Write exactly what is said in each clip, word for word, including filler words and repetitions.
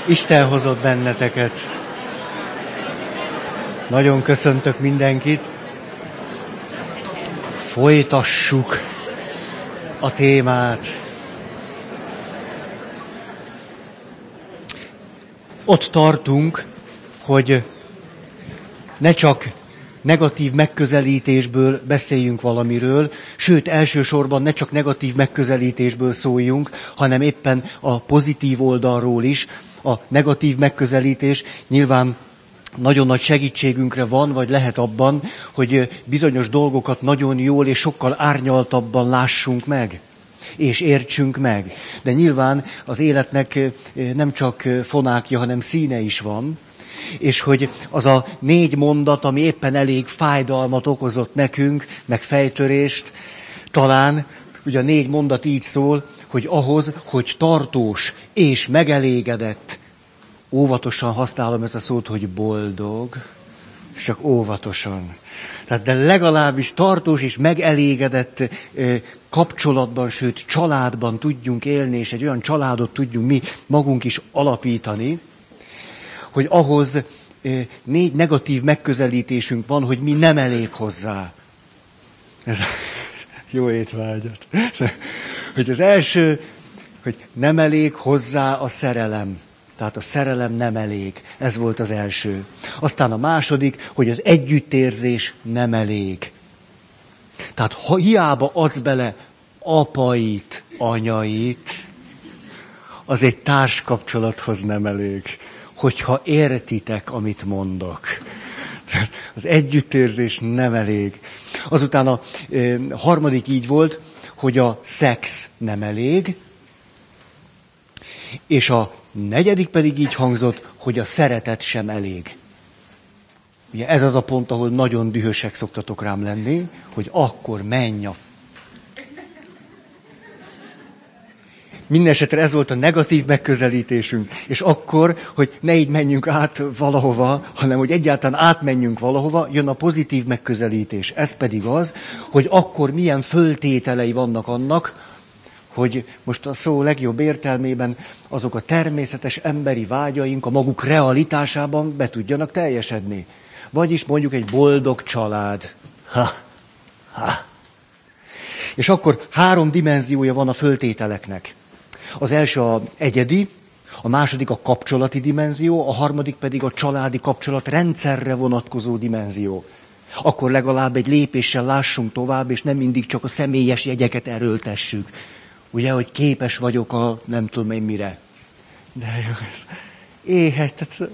Isten hozott benneteket. Nagyon köszöntök mindenkit. Folytassuk a témát. Ott tartunk, hogy ne csak negatív megközelítésből beszéljünk valamiről, sőt, elsősorban ne csak negatív megközelítésből szóljunk, hanem éppen a pozitív oldalról is. A negatív megközelítés nyilván nagyon nagy segítségünkre van, vagy lehet abban, hogy bizonyos dolgokat nagyon jól és sokkal árnyaltabban lássunk meg, és értsünk meg. De nyilván az életnek nem csak fonákja, hanem színe is van, és hogy az a négy mondat, ami éppen elég fájdalmat okozott nekünk, meg fejtörést, talán, ugye a négy mondat így szól, hogy ahhoz, hogy tartós és megelégedett, óvatosan használom ezt a szót, hogy boldog, csak óvatosan. Tehát de legalábbis tartós és megelégedett kapcsolatban, sőt családban tudjunk élni, és egy olyan családot tudjunk mi magunk is alapítani, hogy ahhoz négy negatív megközelítésünk van, hogy mi nem elég hozzá. Ez jó étvágyat. Hogy az első, hogy nem elég hozzá a szerelem. Tehát a szerelem nem elég. Ez volt az első. Aztán a második, hogy az együttérzés nem elég. Tehát ha hiába adsz bele apait, anyait, az egy társkapcsolathoz nem elég. Hogyha értitek, amit mondok. Tehát az együttérzés nem elég. Azután a e, harmadik így volt, hogy a szex nem elég, és a negyedik pedig így hangzott, hogy a szeretet sem elég. Ugye ez az a pont, ahol nagyon dühösek szoktatok rám lenni, hogy akkor menj a... Mindenesetre ez volt a negatív megközelítésünk. És akkor, hogy ne így menjünk át valahova, hanem hogy egyáltalán átmenjünk valahova, jön a pozitív megközelítés. Ez pedig az, hogy akkor milyen föltételei vannak annak, hogy most a szó legjobb értelmében azok a természetes emberi vágyaink a maguk realitásában be tudjanak teljesedni. Vagyis mondjuk egy boldog család. Ha, ha. És akkor három dimenziója van a föltételeknek. Az első a egyedi, a második a kapcsolati dimenzió, a harmadik pedig a családi kapcsolatrendszerre vonatkozó dimenzió. Akkor legalább egy lépéssel lássunk tovább, és nem mindig csak a személyes jegyeket erőltessük. Ugye, hogy képes vagyok a nem tudom én mire. De jó, ez éhes, tehát...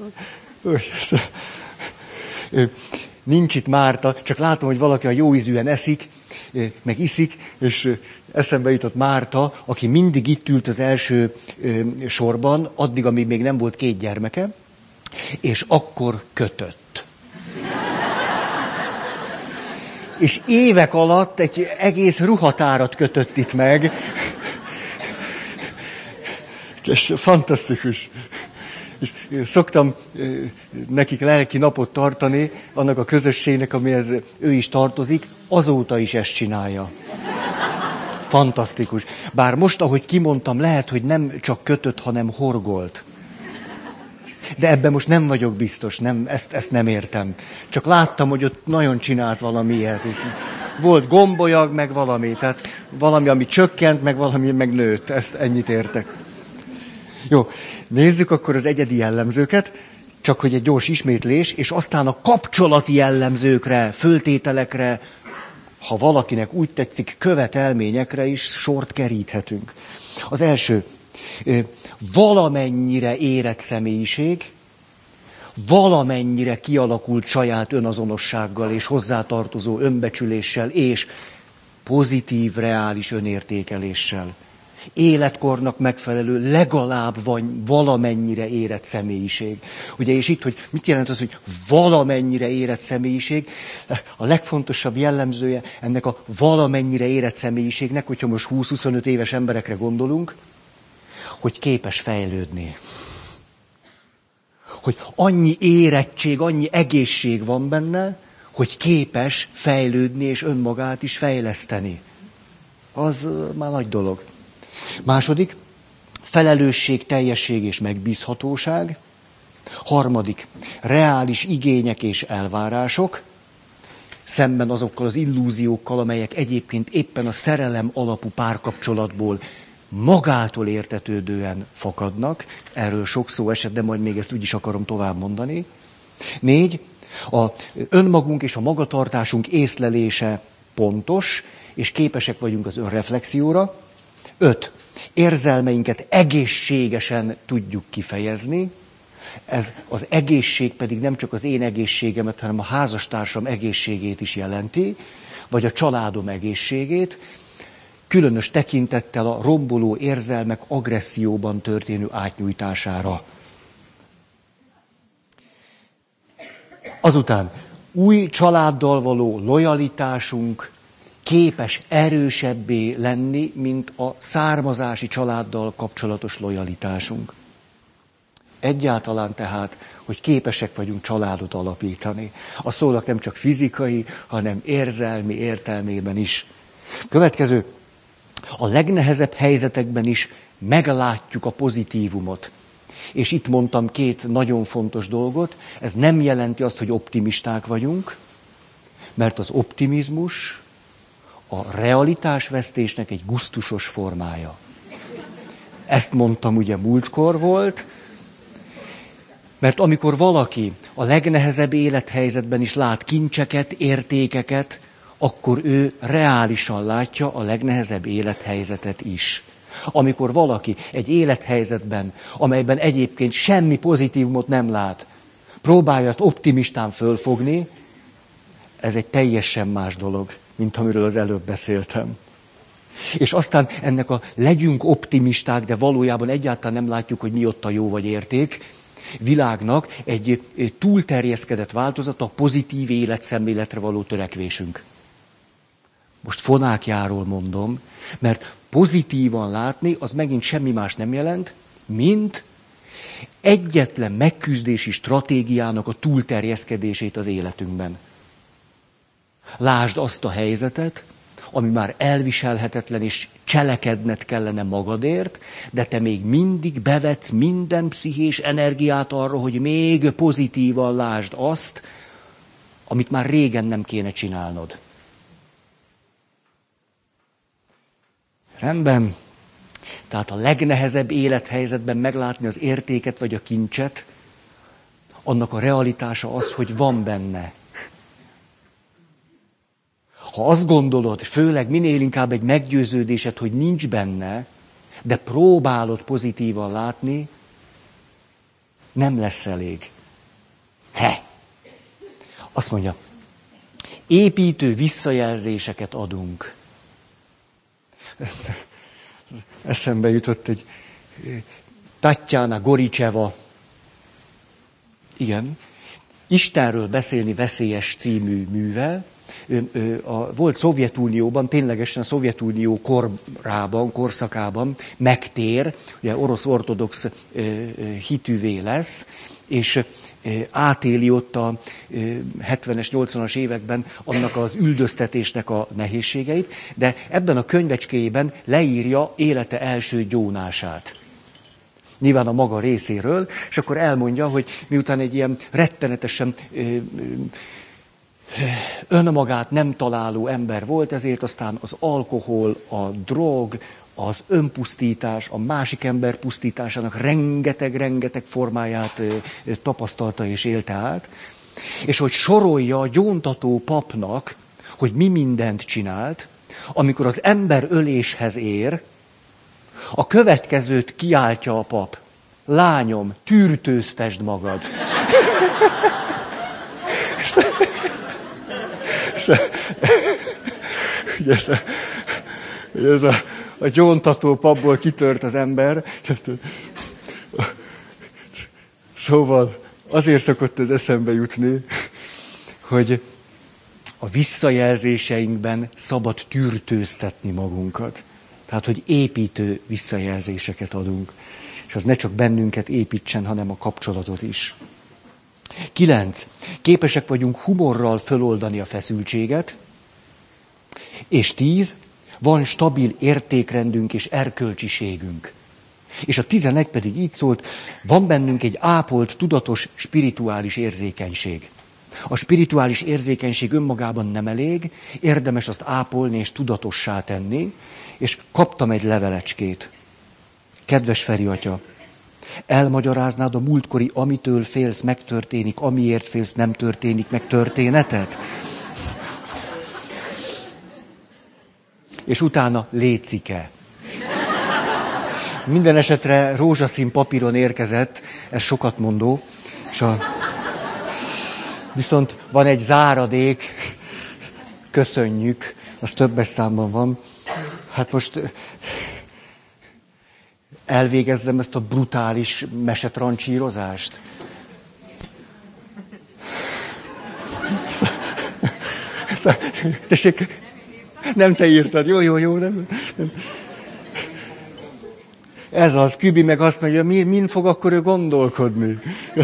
Nincs itt Márta, csak látom, hogy valaki a jó ízűen eszik, meg iszik, és eszembe jutott Márta, aki mindig itt ült az első sorban, addig, amíg még nem volt két gyermeke, és akkor kötött. És évek alatt egy egész ruhatárat kötött itt meg. És fantasztikus. És szoktam nekik lelki napot tartani, annak a közösségnek, amihez ő is tartozik, azóta is ezt csinálja. Fantasztikus. Bár most, ahogy kimondtam, lehet, hogy nem csak kötött, hanem horgolt. De ebben most nem vagyok biztos, nem, ezt, ezt nem értem. Csak láttam, hogy ott nagyon csinált valami ilyet. És volt gombolyag, meg valami. Tehát valami, ami csökkent, meg valami, meg nőtt. Ezt ennyit értek. Jó, nézzük akkor az egyedi jellemzőket, csak hogy egy gyors ismétlés, és aztán a kapcsolati jellemzőkre, föltételekre, ha valakinek úgy tetszik, követelményekre is sort keríthetünk. Az első, valamennyire érett személyiség, valamennyire kialakult saját önazonossággal és hozzátartozó önbecsüléssel és pozitív, reális önértékeléssel. Életkornak megfelelő, legalább van valamennyire érett személyiség. Ugye, és itt, hogy mit jelent az, hogy valamennyire érett személyiség? A legfontosabb jellemzője ennek a valamennyire érett személyiségnek, hogyha most húsz-huszonöt éves emberekre gondolunk, hogy képes fejlődni. Hogy annyi érettség, annyi egészség van benne, hogy képes fejlődni és önmagát is fejleszteni. Az már nagy dolog. Második, felelősség, teljesség és megbízhatóság. Harmadik, reális igények és elvárások, szemben azokkal az illúziókkal, amelyek egyébként éppen a szerelem alapú párkapcsolatból magától értetődően fakadnak. Erről sok szó esett, de majd még ezt úgy is akarom tovább mondani. Négy, a önmagunk és a magatartásunk észlelése pontos, és képesek vagyunk az önreflexióra. Öt, érzelmeinket egészségesen tudjuk kifejezni. Ez az egészség pedig nem csak az én egészségemet, hanem a házastársam egészségét is jelenti, vagy a családom egészségét, különös tekintettel a romboló érzelmek agresszióban történő átnyújtására. Azután új családdal való lojalitásunk képes erősebbé lenni, mint a származási családdal kapcsolatos lojalitásunk. Egyáltalán tehát, hogy képesek vagyunk családot alapítani. A szónak nem csak fizikai, hanem érzelmi értelmében is. Következő, a legnehezebb helyzetekben is meglátjuk a pozitívumot. És itt mondtam két nagyon fontos dolgot. Ez nem jelenti azt, hogy optimisták vagyunk, mert az optimizmus a realitásvesztésnek egy gusztusos formája. Ezt mondtam, ugye múltkor volt, mert amikor valaki a legnehezebb élethelyzetben is lát kincseket, értékeket, akkor ő reálisan látja a legnehezebb élethelyzetet is. Amikor valaki egy élethelyzetben, amelyben egyébként semmi pozitívumot nem lát, próbálja azt optimistán fölfogni, ez egy teljesen más dolog, mint amiről az előbb beszéltem. És aztán ennek a legyünk optimisták, de valójában egyáltalán nem látjuk, hogy mi ott a jó vagy érték, világnak egy túlterjeszkedett változata a pozitív életszemléletre való törekvésünk. Most fonákjáról mondom, mert pozitívan látni, az megint semmi más nem jelent, mint egyetlen megküzdési stratégiának a túlterjeszkedését az életünkben. Lásd azt a helyzetet, ami már elviselhetetlen, és cselekedned kellene magadért, de te még mindig bevetsz minden pszichés energiát arra, hogy még pozitívan lásd azt, amit már régen nem kéne csinálnod. Rendben. Tehát a legnehezebb élethelyzetben meglátni az értéket vagy a kincset, annak a realitása az, hogy van benne. Ha azt gondolod, főleg minél inkább egy meggyőződésed, hogy nincs benne, de próbálod pozitívan látni, nem lesz elég. He! Azt mondja, építő visszajelzéseket adunk. Eszembe jutott egy Tatjana Goricseva. Igen. Istenről beszélni veszélyes című műve. Ő, ő, a, volt Szovjetunióban, ténylegesen a Szovjetunió korában, korszakában megtér, ugye orosz ortodox ö, ö, hitűvé lesz, és ö, átéli ott a ö, hetvenes, nyolcvanas években annak az üldöztetésnek a nehézségeit, de ebben a könyvecskéjében leírja élete első gyónását. Nyilván a maga részéről, és akkor elmondja, hogy miután egy ilyen rettenetesen ö, ö, önmagát nem találó ember volt, ezért aztán az alkohol, a drog, az önpusztítás, a másik ember pusztításának rengeteg-rengeteg formáját tapasztalta és élte át, és hogy sorolja a gyóntató papnak, hogy mi mindent csinált, amikor az ember öléshez ér, a következőt kiáltja a pap. Lányom, tűrtőztesd magad. Ugye ez a, ez a, a gyóntató papból kitört az ember. Szóval azért szokott ez eszembe jutni, hogy a visszajelzéseinkben szabad tűrtőztetni magunkat. Tehát, hogy építő visszajelzéseket adunk. És az ne csak bennünket építsen, hanem a kapcsolatot is. Kilenc. Képesek vagyunk humorral föloldani a feszültséget. És tíz. Van stabil értékrendünk és erkölcsiségünk. És a tizenegy pedig így szólt, van bennünk egy ápolt, tudatos, spirituális érzékenység. A spirituális érzékenység önmagában nem elég, érdemes azt ápolni és tudatossá tenni, és kaptam egy levelecskét. Kedves Feri atya, elmagyaráznád a múltkori, amitől félsz, megtörténik, amiért félsz, nem történik meg történetet? És utána lécike. Minden esetre rózsaszín papíron érkezett, ez sokat mondó, és a... viszont van egy záradék, köszönjük, az többes számban van. Hát most elvégezzem ezt a brutális mesetrancsírozást. Tessék, nem te írtad, jó, jó, jó, nem, nem. Ez az, Kübi meg azt mondja, mi, min fog akkor ő gondolkodni?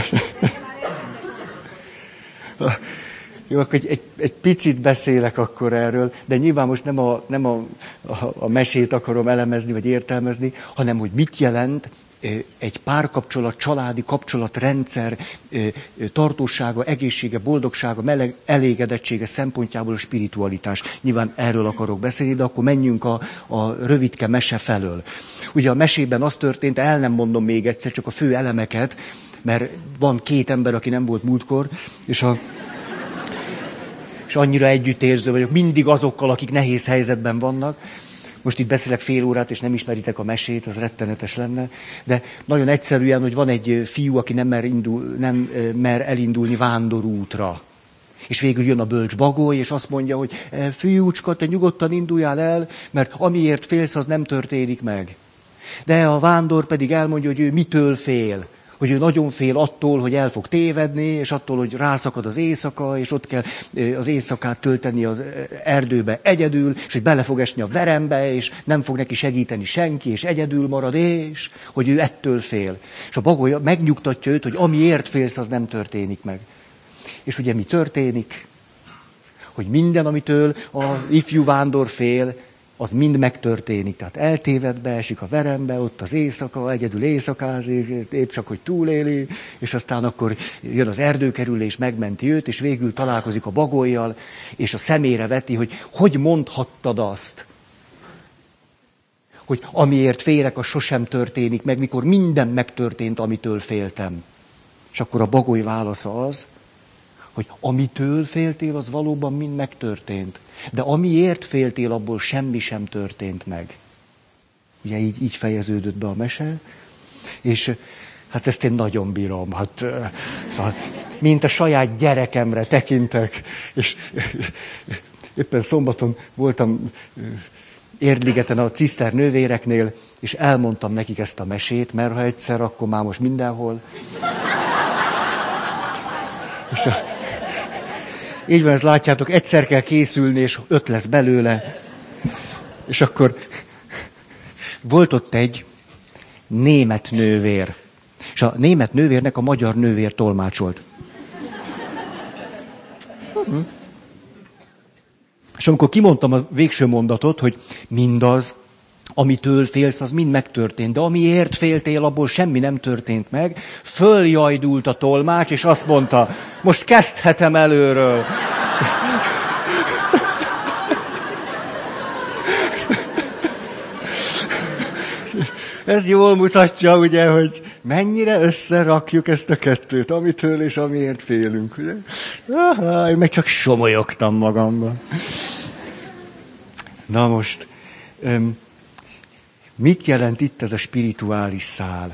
Jó, akkor egy, egy, egy picit beszélek akkor erről, de nyilván most nem, a, nem a, a, a mesét akarom elemezni, vagy értelmezni, hanem hogy mit jelent egy párkapcsolat, családi kapcsolatrendszer tartósága, egészsége, boldogsága, meleg, elégedettsége szempontjából a spiritualitás. Nyilván erről akarok beszélni, de akkor menjünk a, a rövidke mese felől. Ugye a mesében az történt, el nem mondom még egyszer, csak a fő elemeket, mert van két ember, aki nem volt múltkor, és a... és annyira együttérző vagyok, mindig azokkal, akik nehéz helyzetben vannak. Most itt beszélek fél órát, és nem ismeritek a mesét, az rettenetes lenne. De nagyon egyszerűen, hogy van egy fiú, aki nem mer, indul, nem mer elindulni vándorútra. És végül jön a bölcs bagoly, és azt mondja, hogy fiúcska, te nyugodtan induljál el, mert amiért félsz, az nem történik meg. De a vándor pedig elmondja, hogy ő mitől fél. Hogy ő nagyon fél attól, hogy el fog tévedni, és attól, hogy rászakad az éjszaka, és ott kell az éjszakát tölteni az erdőbe egyedül, és hogy bele fog esni a verembe, és nem fog neki segíteni senki, és egyedül marad, és hogy ő ettől fél. És a bagoly megnyugtatja őt, hogy amiért félsz, az nem történik meg. És ugye mi történik? Hogy minden, amitől a ifjú vándor fél, az mind megtörténik. Tehát eltéved, beesik a verembe, ott az éjszaka, egyedül éjszakázik, épp csak, hogy túléli, és aztán akkor jön az erdőkerülés, megmenti őt, és végül találkozik a bagollyal, és a szemére veti, hogy hogy mondhattad azt, hogy amiért félek, az sosem történik meg, mikor minden megtörtént, amitől féltem. És akkor a bagoly válasza az, hogy amitől féltél, az valóban mind megtörtént. De amiért féltél, abból semmi sem történt meg. Ugye így, így fejeződött be a mese, és hát ezt én nagyon bírom. Hát, szóval, mint a saját gyerekemre tekintek, és éppen szombaton voltam Érdligeten a ciszter nővéreknél, és elmondtam nekik ezt a mesét, mert ha egyszer, akkor már most mindenhol. És a, így van, ezt látjátok, egyszer kell készülni, és öt lesz belőle. És akkor volt ott egy német nővér. És a német nővérnek a magyar nővér tolmácsolt. És amikor kimondtam a végső mondatot, hogy mindaz, amitől félsz, az mind megtörtént, de amiért féltél, abból semmi nem történt meg, följajdult a tolmács, és azt mondta, most kezdhetem előről. Ez jól mutatja, ugye, hogy mennyire összerakjuk ezt a kettőt, amitől és amiért félünk. Ugye? Aha, én meg csak somolyogtam magamban. Na most, öm, mit jelent itt ez a spirituális szál?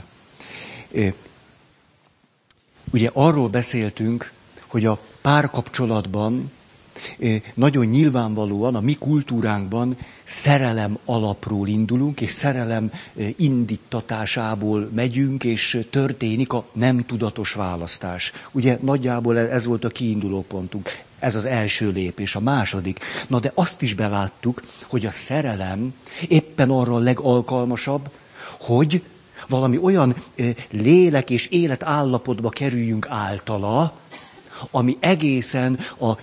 Ugye arról beszéltünk, hogy a párkapcsolatban nagyon nyilvánvalóan a mi kultúránkban szerelem alapról indulunk, és szerelem indítatásából megyünk, és történik a nem tudatos választás. Ugye nagyjából ez volt a kiinduló pontunk. Ez az első lépés, a második. Na de azt is beláttuk, hogy a szerelem éppen arra a legalkalmasabb, hogy valami olyan lélek és életállapotba kerüljünk általa, ami egészen a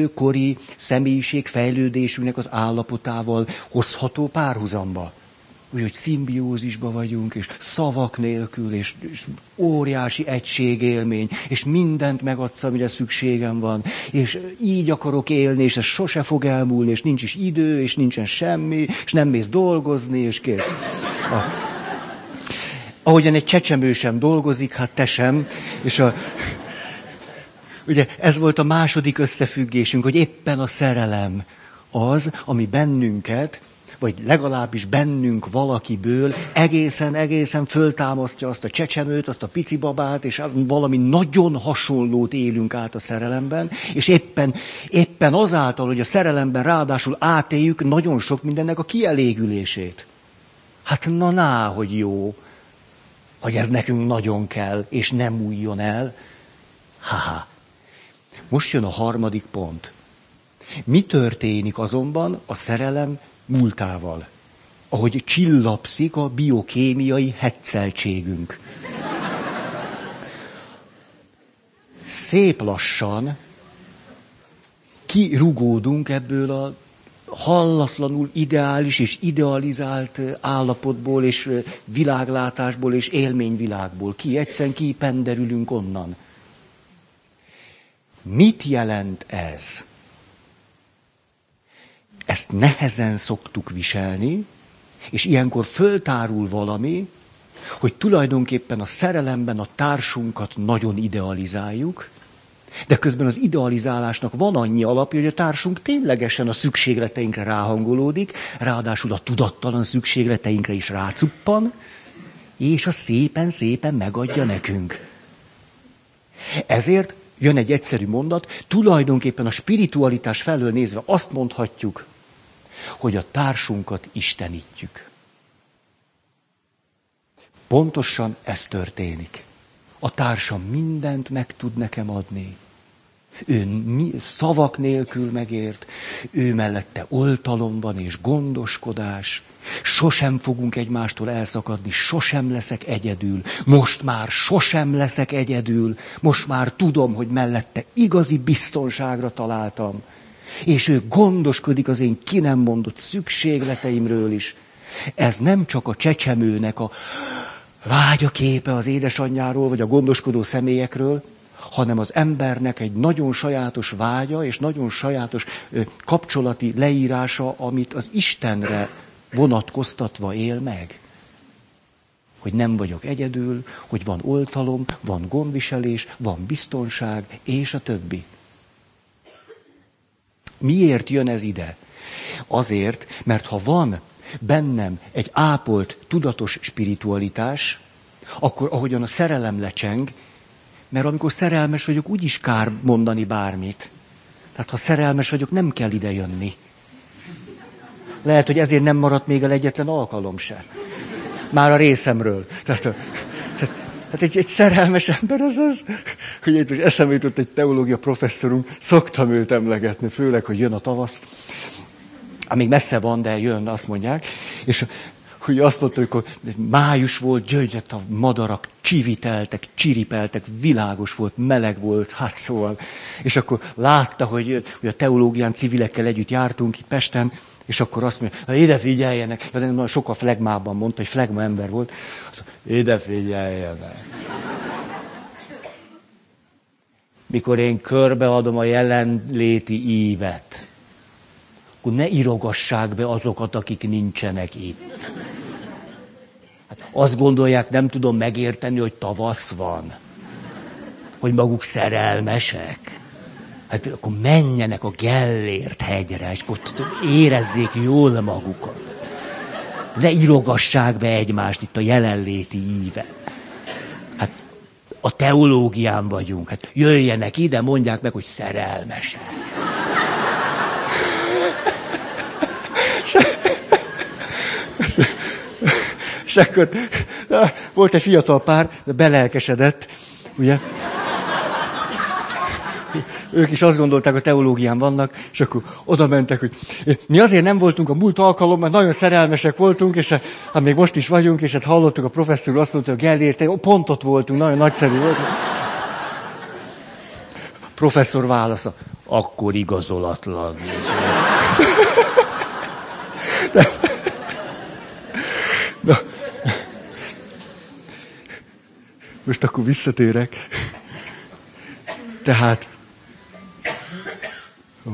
csecsemőkori személyiségfejlődésünknek az állapotával hozható párhuzamba. úgy, hogy szimbiózisban vagyunk, és szavak nélkül, és, és óriási egységélmény, és mindent megadsz, amire szükségem van, és így akarok élni, és ez sose fog elmúlni, és nincs is idő, és nincsen semmi, és nem mész dolgozni, és kész. A, ahogyan egy csecsemő sem dolgozik, hát te sem, és a... Ugye ez volt a második összefüggésünk, hogy éppen a szerelem az, ami bennünket, vagy legalábbis bennünk valakiből egészen-egészen föltámasztja azt a csecsemőt, azt a pici babát, és valami nagyon hasonlót élünk át a szerelemben, és éppen, éppen azáltal, hogy a szerelemben ráadásul átéljük nagyon sok mindennek a kielégülését. Hát na ná, hogy jó, hogy ez nekünk nagyon kell, és nem újjon el. Ha-ha. Most jön a harmadik pont. Mi történik azonban a szerelem múltával? Ahogy csillapszik a biokémiai hetszeltségünk. Szép lassan kirugódunk ebből a hallatlanul ideális és idealizált állapotból, és világlátásból, és élményvilágból. Ki egyszerűen kipenderülünk onnan. Mit jelent ez? Ezt nehezen szoktuk viselni, és ilyenkor föltárul valami, hogy tulajdonképpen a szerelemben a társunkat nagyon idealizáljuk, de közben az idealizálásnak van annyi alapja, hogy a társunk ténylegesen a szükségleteinkre ráhangolódik, ráadásul a tudattalan szükségleteinkre is rácuppan, és a szépen-szépen megadja nekünk. Ezért jön egy egyszerű mondat, tulajdonképpen a spiritualitás felől nézve azt mondhatjuk, hogy a társunkat istenítjük. Pontosan ez történik. A társam mindent meg tud nekem adni. Ő szavak nélkül megért, ő mellette oltalom van és gondoskodás. Sosem fogunk egymástól elszakadni, sosem leszek egyedül. Most már sosem leszek egyedül. Most már tudom, hogy mellette igazi biztonságra találtam. És ő gondoskodik az én ki nem mondott szükségleteimről is. Ez nem csak a csecsemőnek a vágyaképe az édesanyjáról, vagy a gondoskodó személyekről, hanem az embernek egy nagyon sajátos vágya, és nagyon sajátos ö, kapcsolati leírása, amit az Istenre vonatkoztatva él meg. Hogy nem vagyok egyedül, hogy van oltalom, van gondviselés, van biztonság, és a többi. Miért jön ez ide? Azért, mert ha van bennem egy ápolt, tudatos spiritualitás, akkor ahogyan a szerelem lecseng, mert amikor szerelmes vagyok, úgyis kár mondani bármit. Tehát ha szerelmes vagyok, nem kell ide jönni. Lehet, hogy ezért nem maradt még el egyetlen alkalom se. Már a részemről. Tehát, a, tehát hát egy, egy szerelmes ember az az, hogy itt most eszembe jutott egy teológia professzorunk, szoktam őt emlegetni, főleg, hogy jön a tavasz. Még messze van, de jön, azt mondják. És hogy azt mondta, hogy május volt, gyöngyött a madarak, csiviteltek, csiripeltek, világos volt, meleg volt, hát szóval. És akkor látta, hogy, hogy a teológián civilekkel együtt jártunk itt Pesten, és akkor azt mondja, hogy ide figyeljenek. De nagyon sokkal flegmában mondta, hogy flegma ember volt. Azt mondja, ide figyeljenek. Mikor én körbeadom a jelenléti ívet, akkor ne írogassák be azokat, akik nincsenek itt. Hát azt gondolják, nem tudom megérteni, hogy tavasz van. Hogy maguk szerelmesek. Hát akkor menjenek a Gellért hegyre, és akkor érezzék jól magukat. Ne írogassák be egymást itt a jelenléti íve. Hát a teológián vagyunk. Hát jöjjenek ide, mondják meg, hogy szerelmesek. És akkor na, volt egy fiatal pár, de belelkesedett, ugye? Ők is azt gondolták, a teológián vannak, és akkor oda mentek, hogy mi azért nem voltunk a múlt alkalommal, mert nagyon szerelmesek voltunk, és hát még most is vagyunk, és hát hallottuk a professzor, azt mondta, hogy Gellért, pont ott voltunk, nagyon nagyszerű volt. A professzor válasza, akkor igazolatlan. De, most akkor visszatérek. Tehát... Ó.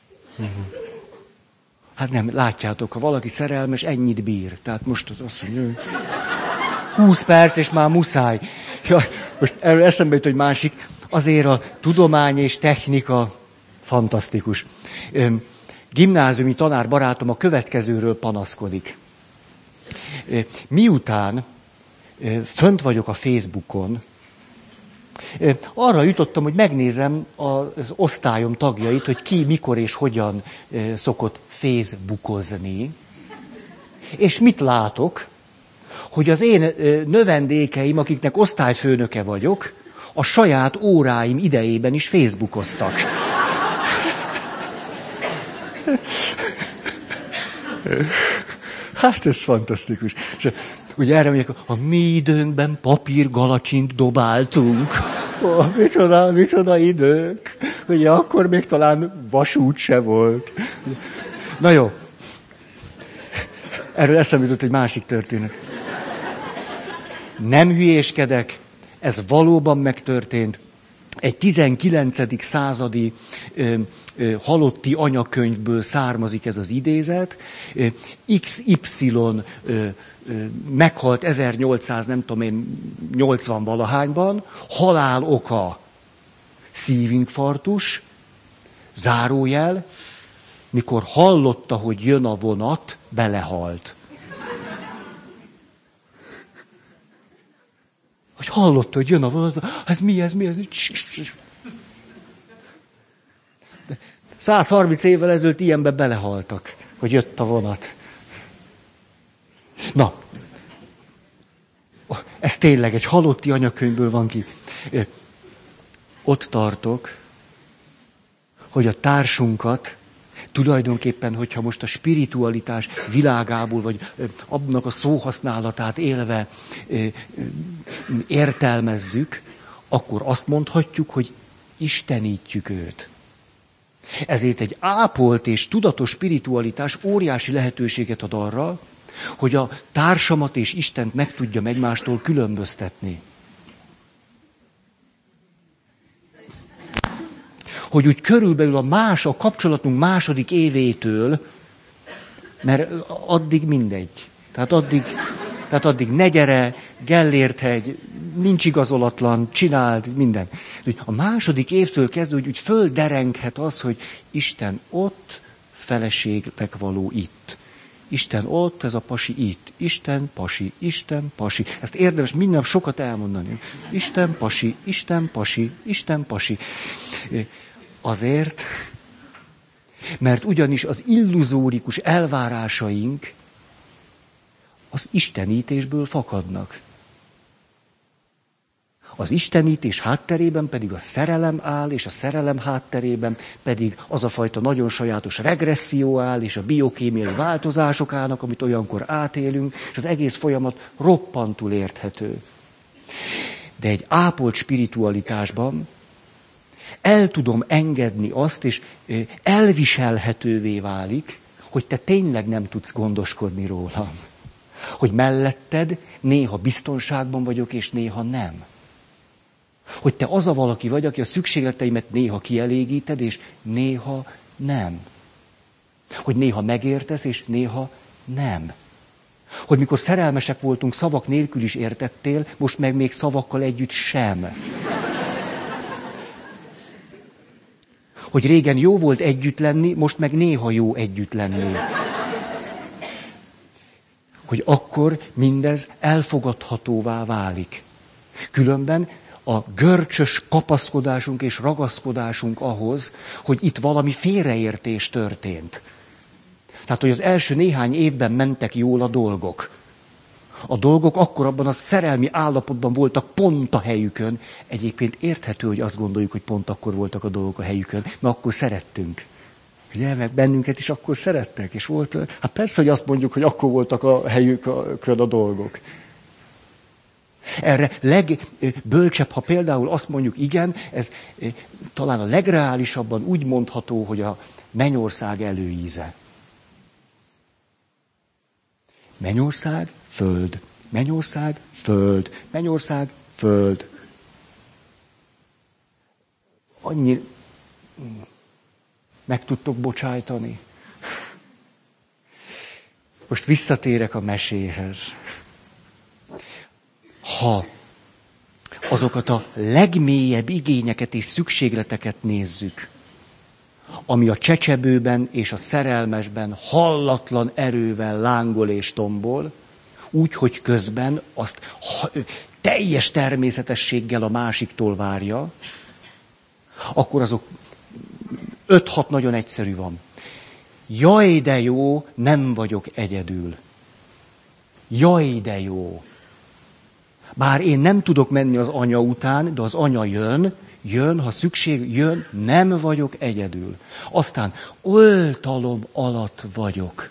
Hát nem, látjátok, ha valaki szerelmes, ennyit bír. Tehát most azt mondja, hogy húsz perc, és már muszáj. Ja, most erről eszembe jut, hogy másik. Azért a tudomány és technika fantasztikus. Gimnáziumi tanárbarátom a következőről panaszkodik. Miután fönt vagyok a Facebookon, arra jutottam, hogy megnézem az osztályom tagjait, hogy ki, mikor és hogyan szokott Facebookozni. És mit látok? Hogy az én növendékeim, akiknek osztályfőnöke vagyok, a saját óráim idejében is Facebookoztak. Hát ez fantasztikus. És ugye erre mondják, a mi időnkben papírgalacsint dobáltunk. Ó, micsoda, micsoda idők. Ugye akkor még talán vasút se volt. Na jó. Erről eszembe jutott egy másik történet. Nem hülyéskedek, ez valóban megtörtént. Egy tizenkilencedik századi ö, ö, halotti anyakönyvből származik ez az idézet. Ö, iksz ipszilon ö, ö, meghalt ezernyolcszáz, nem tudom én, nyolcvan valahányban, halál oka szívinfarktus, zárójel, mikor hallotta, hogy jön a vonat, belehalt. Hogy hallotta, hogy jön a vonat, ez mi ez, mi ez? száz harminc évvel ezelőtt ilyenbe belehaltak, hogy jött a vonat. Na, ez tényleg egy halotti anyakönyvből van ki. Ott tartok, hogy a társunkat tulajdonképpen, hogyha most a spiritualitás világából, vagy abnak a szóhasználatát élve értelmezzük, akkor azt mondhatjuk, hogy istenítjük őt. Ezért egy ápolt és tudatos spiritualitás óriási lehetőséget ad arra, hogy a társamat és Istent meg tudjam egymástól különböztetni. Hogy úgy körülbelül a más, a kapcsolatunk második évétől, mert addig mindegy. Tehát addig, tehát addig ne gyere, Gellérthegy, nincs igazolatlan, csináld, minden. A második évtől kezdve úgy, úgy földerenghet az, hogy Isten ott, feleségnek való itt. Isten ott, ez a pasi itt. Isten, pasi, Isten, pasi. Ezt érdemes minden nap sokat elmondani. Isten, pasi, Isten, pasi, Isten, pasi. Azért, mert ugyanis az illuzórikus elvárásaink az istenítésből fakadnak. Az istenítés hátterében pedig a szerelem áll, és a szerelem hátterében pedig az a fajta nagyon sajátos regresszió áll, és a biokémiai változások állnak, amit olyankor átélünk, és az egész folyamat roppantul érthető. De egy ápolt spiritualitásban el tudom engedni azt, és elviselhetővé válik, hogy te tényleg nem tudsz gondoskodni rólam. Hogy melletted néha biztonságban vagyok, és néha nem. Hogy te az a valaki vagy, aki a szükségleteimet néha kielégíted, és néha nem. Hogy néha megértesz, és néha nem. Hogy mikor szerelmesek voltunk, szavak nélkül is értettél, most meg még szavakkal együtt sem. Hogy régen jó volt együtt lenni, most meg néha jó együtt lenni. Hogy akkor mindez elfogadhatóvá válik. Különben a görcsös kapaszkodásunk és ragaszkodásunk ahhoz, hogy itt valami félreértés történt. Tehát, hogy az első néhány évben mentek jól a dolgok. A dolgok akkor abban a szerelmi állapotban voltak pont a helyükön. Egyébként érthető, hogy azt gondoljuk, hogy pont akkor voltak a dolgok a helyükön, mert akkor szerettünk. Ugye, meg bennünket is akkor szerettek, és volt... Hát persze, hogy azt mondjuk, hogy akkor voltak a helyükön a dolgok. Erre legbölcsebb, ha például azt mondjuk, igen, ez talán a legreálisabban úgy mondható, hogy a mennyország előíze. Mennyország, föld. Mennyország, föld. Mennyország, föld. Annyi meg tudtok bocsájtani. Most visszatérek a meséhez. Ha azokat a legmélyebb igényeket és szükségleteket nézzük, ami a csecsebőben és a szerelmesben hallatlan erővel lángol és tombol, úgy, hogy közben azt teljes természetességgel a másiktól várja, akkor azok öt-hat nagyon egyszerű van. Jaj, de jó, nem vagyok egyedül. Jaj, de jó. Bár én nem tudok menni az anya után, de az anya jön, jön, ha szükség, jön, nem vagyok egyedül. Aztán oltalom alatt vagyok.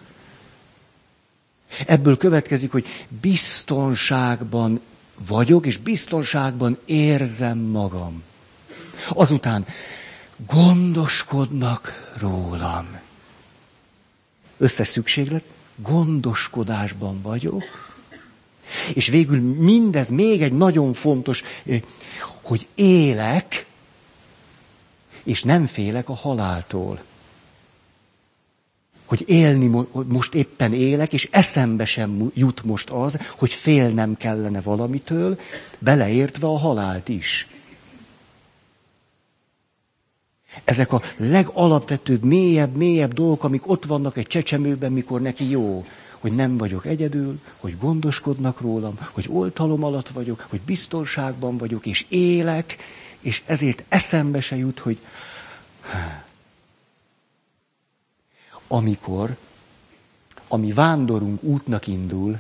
Ebből következik, hogy biztonságban vagyok, és biztonságban érzem magam. Azután gondoskodnak rólam. Összes szükséglet, gondoskodásban vagyok. És végül mindez még egy nagyon fontos, hogy élek, és nem félek a haláltól. Hogy élni, most éppen élek, és eszembe sem jut most az, hogy félnem kellene valamitől, beleértve a halált is. Ezek a legalapvetőbb, mélyebb, mélyebb dolgok, amik ott vannak egy csecsemőben, mikor neki jó. Hogy nem vagyok egyedül, hogy gondoskodnak rólam, hogy oltalom alatt vagyok, hogy biztonságban vagyok, és élek, és ezért eszembe se jut, hogy amikor a mi vándorunk útnak indul,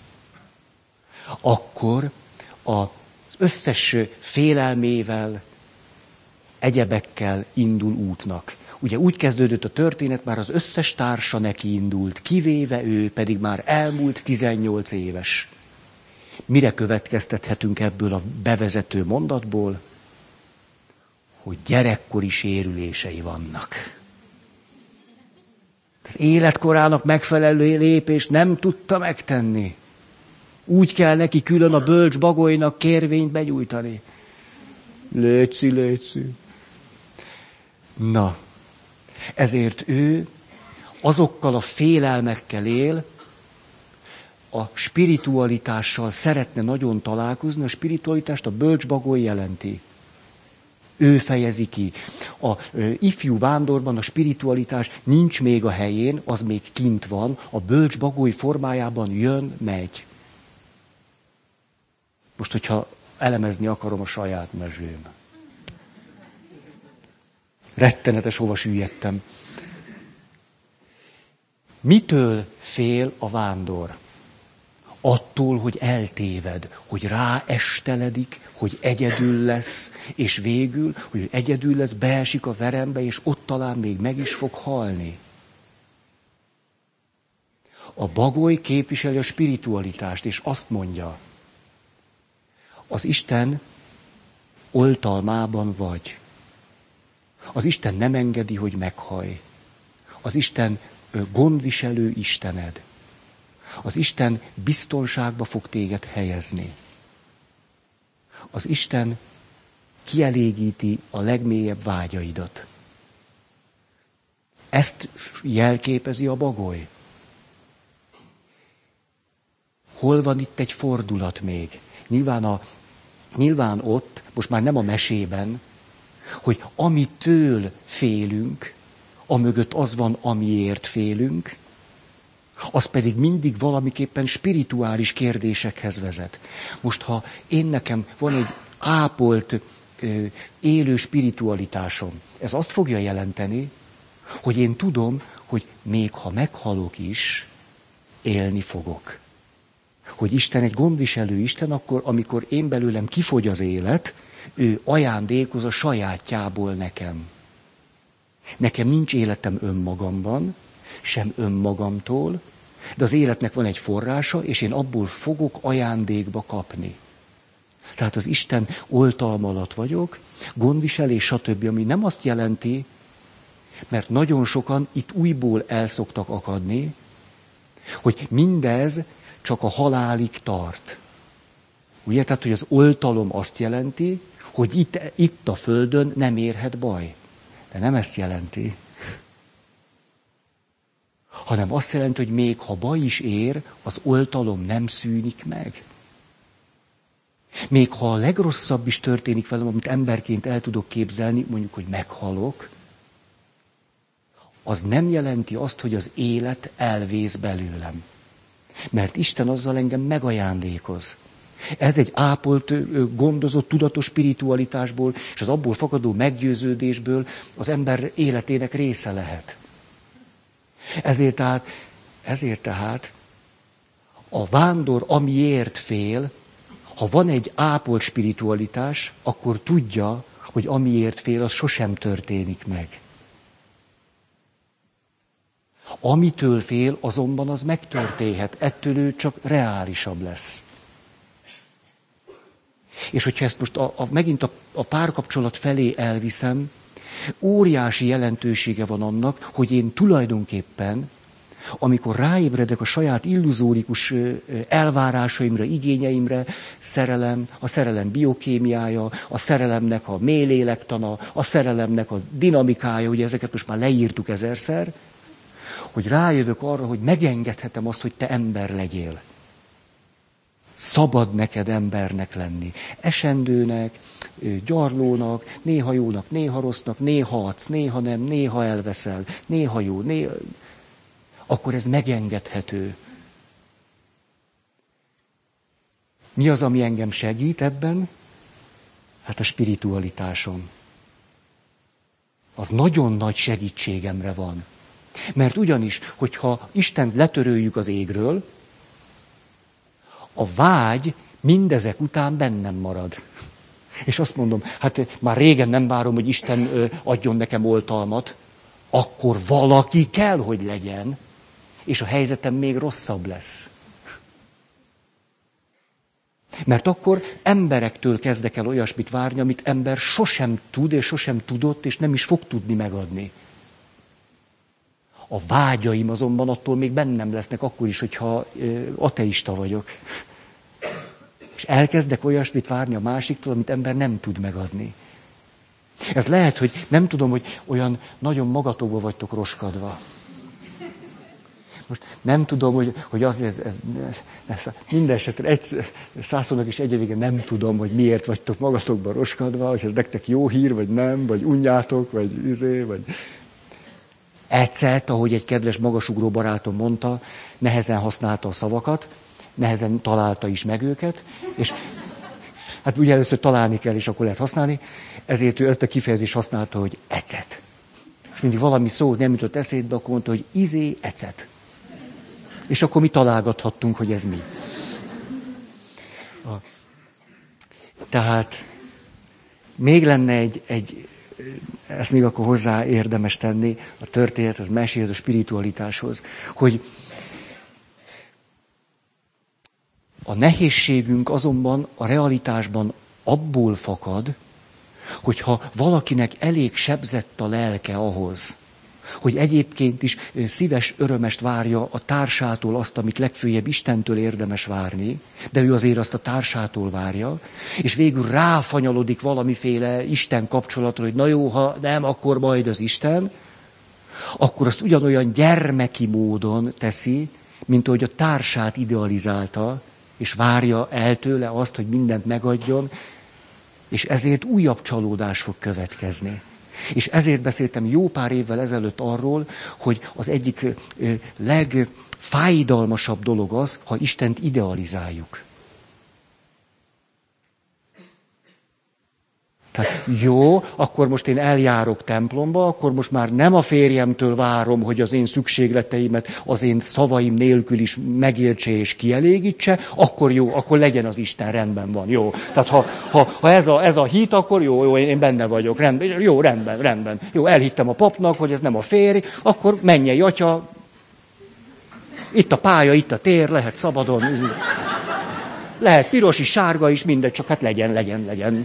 akkor az összes félelmével, egyebekkel indul útnak. Ugye úgy kezdődött a történet, már az összes társa neki indult, kivéve ő, pedig már elmúlt tizennyolc éves. Mire következtethetünk ebből a bevezető mondatból? Hogy gyerekkori sérülései vannak. Az életkorának megfelelő lépést nem tudta megtenni. Úgy kell neki külön a bölcs bagolynak kérvényt begyújtani. Létszi, létszi. Na, ezért ő azokkal a félelmekkel él, a spiritualitással szeretne nagyon találkozni, a spiritualitást a bölcs bagoly jelenti. Ő fejezi ki. A ö, ifjú vándorban a spiritualitás nincs még a helyén, az még kint van, a bölcs bagoly formájában jön, megy. Most, hogyha elemezni akarom a saját mesém. Rettenetes, hova süllyedtem. Mitől fél a vándor? Attól, hogy eltéved, hogy ráesteledik, hogy egyedül lesz, és végül, hogy egyedül lesz, beesik a verembe, és ott talán még meg is fog halni. A bagoly képviseli a spiritualitást, és azt mondja, az Isten oltalmában vagy. Az Isten nem engedi, hogy meghallj. Az Isten gondviselő Istened. Az Isten biztonságba fog téged helyezni. Az Isten kielégíti a legmélyebb vágyaidat. Ezt jelképezi a bagoly. Hol van itt egy fordulat még? Nyilván, a, nyilván ott, most már nem a mesében, hogy amitől félünk, amögött az van, amiért félünk, az pedig mindig valamiképpen spirituális kérdésekhez vezet. Most, ha én nekem van egy ápolt, élő spiritualitásom, ez azt fogja jelenteni, hogy én tudom, hogy még ha meghalok is, élni fogok. Hogy Isten egy gondviselő Isten, akkor, amikor én belőlem kifogy az élet, ő ajándékoz a sajátjából nekem. Nekem nincs életem önmagamban, sem önmagamtól, de az életnek van egy forrása, és én abból fogok ajándékba kapni. Tehát az Isten oltalma alatt vagyok, gondviselés, stb., ami nem azt jelenti, mert nagyon sokan itt újból el szoktak akadni, hogy mindez csak a halálig tart. Ugye, tehát, hogy az oltalom azt jelenti, hogy itt, itt a Földön nem érhet baj. De nem ezt jelenti. Hanem azt jelenti, hogy még ha baj is ér, az oltalom nem szűnik meg. Még ha a legrosszabb is történik velem, amit emberként el tudok képzelni, mondjuk, hogy meghalok, az nem jelenti azt, hogy az élet elvész belőlem. Mert Isten azzal engem megajándékoz. Ez egy ápolt, gondozott, tudatos spiritualitásból, és az abból fakadó meggyőződésből az ember életének része lehet. Ezért tehát, ezért tehát a vándor, amiért fél, ha van egy ápolt spiritualitás, akkor tudja, hogy amiért fél, az sosem történik meg. Amitől fél, azonban az megtörténhet. Ettől ő csak reálisabb lesz. És hogyha ezt most a, a, megint a, a párkapcsolat felé elviszem, óriási jelentősége van annak, hogy én tulajdonképpen, amikor ráébredek a saját illuzórikus elvárásaimra, igényeimre, szerelem, a szerelem biokémiája, a szerelemnek a mélylélektana, a szerelemnek a dinamikája, ugye ezeket most már leírtuk ezerszer, hogy rájövök arra, hogy megengedhetem azt, hogy te ember legyél. Szabad neked embernek lenni. Esendőnek, gyarlónak, néha jónak, néha rossznak, néha adsz, néha nem, néha elveszel, néha jó, néha... Akkor ez megengedhető. Mi az, ami engem segít ebben? Hát a spiritualitásom. Az nagyon nagy segítségemre van. Mert ugyanis, hogyha Istent letöröljük az égről, a vágy mindezek után bennem marad. És azt mondom, hát már régen nem várom, hogy Isten adjon nekem oltalmat, akkor valaki kell, hogy legyen, és a helyzetem még rosszabb lesz. Mert akkor emberektől kezdek el olyasmit várni, amit ember sosem tud, és sosem tudott, és nem is fog tudni megadni. A vágyaim azonban attól még bennem lesznek, akkor is, hogyha ateista vagyok. És elkezdek olyasmit várni a másiktól, amit ember nem tud megadni. Ez lehet, hogy nem tudom, hogy olyan nagyon magatokba vagytok roskadva. Most nem tudom, hogy, hogy az, ez, ez, ez minden esetre egy, százszónak is egyevége nem tudom, hogy miért vagytok magatokba roskadva, hogy ez nektek jó hír, vagy nem, vagy unjátok, vagy izé, vagy... Ecet, ahogy egy kedves magasugró barátom mondta, nehezen használta a szavakat, nehezen találta is meg őket, és hát ugye először találni kell, és akkor lehet használni, ezért ő ezt a kifejezést használta, hogy ecet. És mindig valami szó nem jutott eszébe, akkor mondta, hogy izé, ecet. És akkor mi találgathattunk, hogy ez mi. A, tehát még lenne egy, egy, ezt még akkor hozzá érdemes tenni, a történet, az meséhez, a spiritualitáshoz, hogy a nehézségünk azonban a realitásban abból fakad, hogyha valakinek elég sebzett a lelke ahhoz, hogy egyébként is szíves örömest várja a társától azt, amit legfőjebb Istentől érdemes várni, de ő azért azt a társától várja, és végül ráfanyalodik valamiféle Isten kapcsolatra, hogy na jó, ha nem, akkor majd az Isten, akkor azt ugyanolyan gyermeki módon teszi, mint ahogy a társát idealizálta, és várja el tőle azt, hogy mindent megadjon, és ezért újabb csalódás fog következni. És ezért beszéltem jó pár évvel ezelőtt arról, hogy az egyik legfájdalmasabb dolog az, ha Istent idealizáljuk. Tehát jó, akkor most én eljárok templomba, akkor most már nem a férjemtől várom, hogy az én szükségleteimet az én szavaim nélkül is megértse és kielégítse, akkor jó, akkor legyen az Isten, rendben van, jó. Tehát ha, ha, ha ez, a, ez a hit, akkor jó, jó, én benne vagyok, rendben, jó, rendben, rendben. Jó, elhittem a papnak, hogy ez nem a férj, akkor mennyei atya, itt a pálya, itt a tér, lehet szabadon, lehet piros is, sárga is, mindegy, csak hát legyen, legyen, legyen.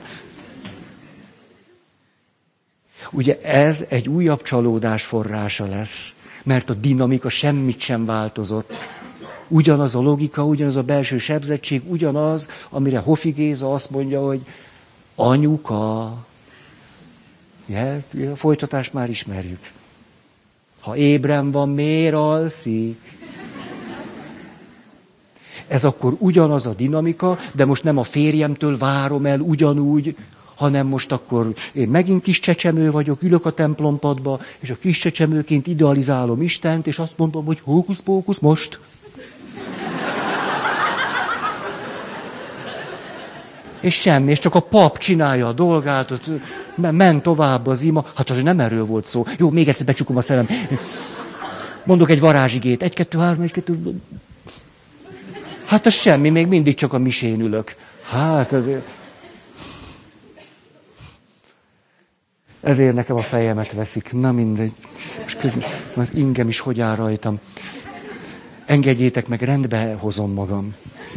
Ugye ez egy újabb csalódás forrása lesz, mert a dinamika semmit sem változott. Ugyanaz a logika, ugyanaz a belső sebzettség, ugyanaz, amire Hofi Géza azt mondja, hogy anyuka. Ja, a folytatást már ismerjük. Ha ébren van, miért alszik? Ez akkor ugyanaz a dinamika, de most nem a férjemtől várom el ugyanúgy, hanem most akkor én megint kis csecsemő vagyok, ülök a templompadba, és a kis csecsemőként idealizálom Istent, és azt mondom, hogy hókusz-pókusz most. És semmi, és csak a pap csinálja a dolgát, ott ment tovább az ima. Hát az nem erről volt szó. Jó, még egyszer becsukom a szemem. Mondok egy varázsigét. Egy, kettő, három, egy, kettő... Hát az semmi, még mindig csak a misén ülök. Hát azért... Ezért nekem a fejemet veszik. Na mindegy. Most közben, az ingem is hogy áll rajtam. Engedjétek meg, rendbe hozom magam.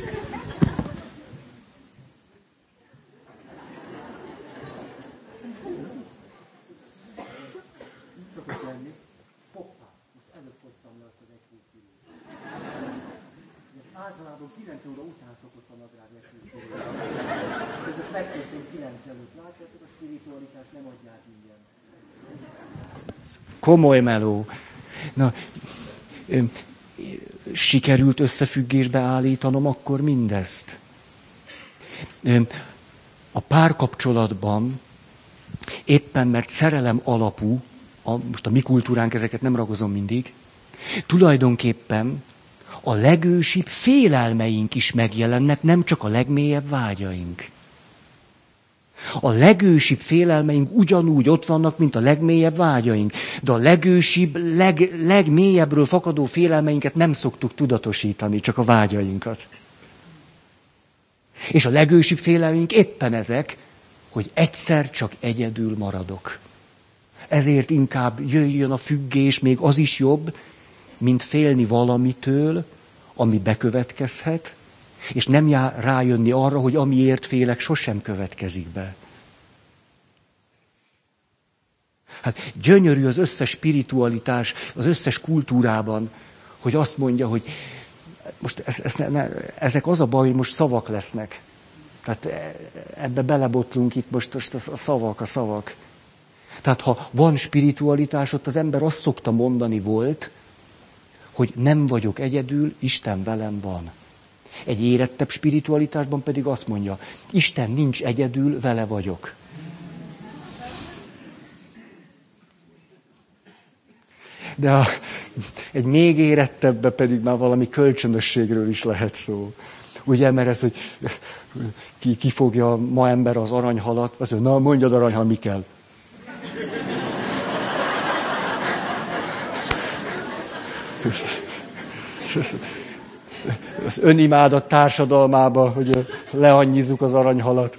Általában kilenc óra után szokott a nadrág esni. Ez megkezdtem kilenc előtt. Látjátok, a spiritualitást nem adják ingyen. Komoly meló. Na, sikerült összefüggésbe állítanom akkor mindezt. A párkapcsolatban éppen mert szerelem alapú, a, most a mi kultúránk, ezeket nem ragozom mindig, tulajdonképpen a legősibb félelmeink is megjelennek, nem csak a legmélyebb vágyaink. A legősibb félelmeink ugyanúgy ott vannak, mint a legmélyebb vágyaink. De a legősibb, leg, legmélyebbről fakadó félelmeinket nem szoktuk tudatosítani, csak a vágyainkat. És a legősibb félelmeink éppen ezek, hogy egyszer csak egyedül maradok. Ezért inkább jöjjön a függés, még az is jobb, mint félni valamitől, ami bekövetkezhet, és nem jár rájönni arra, hogy amiért félek, sosem következik be. Hát gyönyörű az összes spiritualitás, az összes kultúrában, hogy azt mondja, hogy most ez, ez ne, ne, ezek az a baj, hogy most szavak lesznek. Tehát ebbe belebotlunk itt most, most a szavak, a szavak. Tehát ha van spiritualitás, ott az ember azt szokta mondani volt, hogy nem vagyok egyedül, Isten velem van. Egy érettebb spiritualitásban pedig azt mondja, Isten nincs egyedül, vele vagyok. De a, egy még érettebben pedig már valami kölcsönösségről is lehet szó. Ugye, mert ez, hogy ki, ki fogja ma ember az aranyhalat, azt mondja, na mondjad aranyhal, mi kell. Az önimádat társadalmába, hogy leannyizzuk az aranyhalat.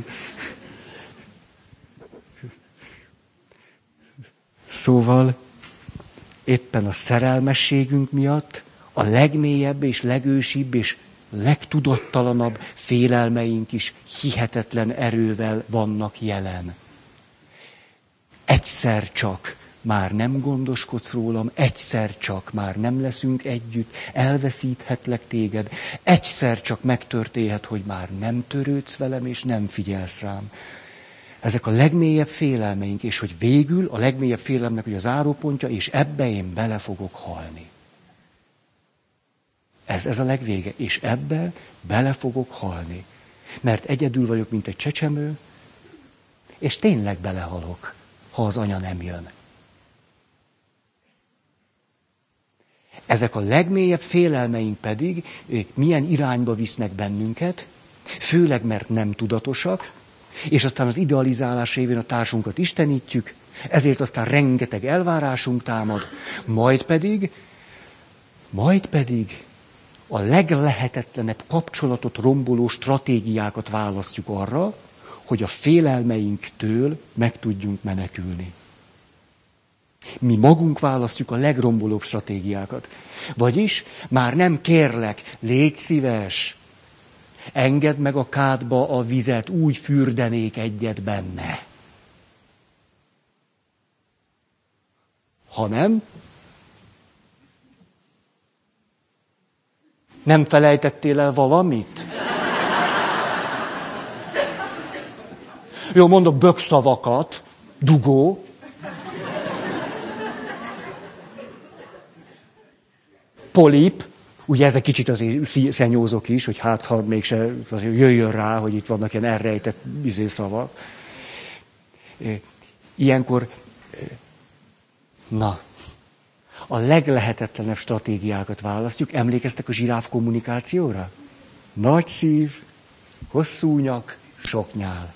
Szóval éppen a szerelmességünk miatt a legmélyebb és legősibb és legtudattalanabb félelmeink is hihetetlen erővel vannak jelen. Egyszer csak már nem gondoskodsz rólam, egyszer csak már nem leszünk együtt, elveszíthetlek téged, egyszer csak megtörténhet, hogy már nem törődsz velem, és nem figyelsz rám. Ezek a legmélyebb félelmeink, és hogy végül a legmélyebb félelemnek hogy az árópontja, és ebbe én bele fogok halni. Ez, ez a legvége, és ebbe bele fogok halni. Mert egyedül vagyok, mint egy csecsemő, és tényleg belehalok, ha az anya nem jön. Ezek a legmélyebb félelmeink pedig milyen irányba visznek bennünket, főleg mert nem tudatosak, és aztán az idealizálás révén a társunkat istenítjük, ezért aztán rengeteg elvárásunk támad, majd pedig, majd pedig a leglehetetlenebb kapcsolatot romboló stratégiákat választjuk arra, hogy a félelmeinktől meg tudjunk menekülni. Mi magunk választjuk a legrombolóbb stratégiákat. Vagyis már nem kérlek, légy szíves, engedd meg a kádba a vizet, úgy fürdenék egyet benne. Hanem Nem felejtettél el valamit? Jó, mondok bökszavakat. Dugó. Polip. Ugye ez egy kicsit azért szennyózok is, hogy hát ha mégse azért jöjjön rá, hogy itt vannak ilyen elrejtett izé szavak. Ilyenkor, na, a leglehetetlenebb stratégiákat választjuk. Emlékeztek a zsiráf kommunikációra? Nagy szív, hosszú nyak, sok nyál.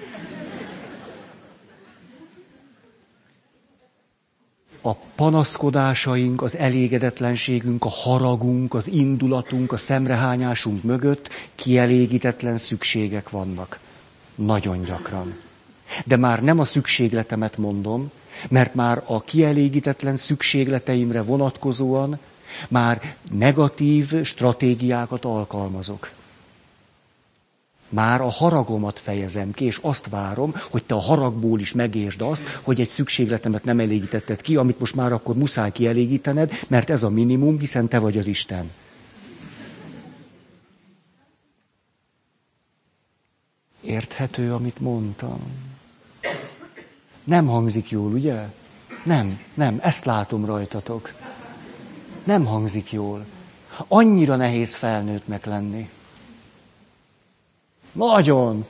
A panaszkodásaink, az elégedetlenségünk, a haragunk, az indulatunk, a szemrehányásunk mögött kielégítetlen szükségek vannak. Nagyon gyakran. De már nem a szükségletemet mondom, mert már a kielégítetlen szükségleteimre vonatkozóan már negatív stratégiákat alkalmazok. Már a haragomat fejezem ki, és azt várom, hogy te a haragból is megértsd azt, hogy egy szükségletemet nem elégítetted ki, amit most már akkor muszáj kielégítened, mert ez a minimum, hiszen te vagy az Isten. Érthető, amit mondtam? Nem hangzik jól, ugye? Nem, nem, ezt látom rajtatok. Nem hangzik jól. Annyira nehéz felnőttnek lenni. Nagyon.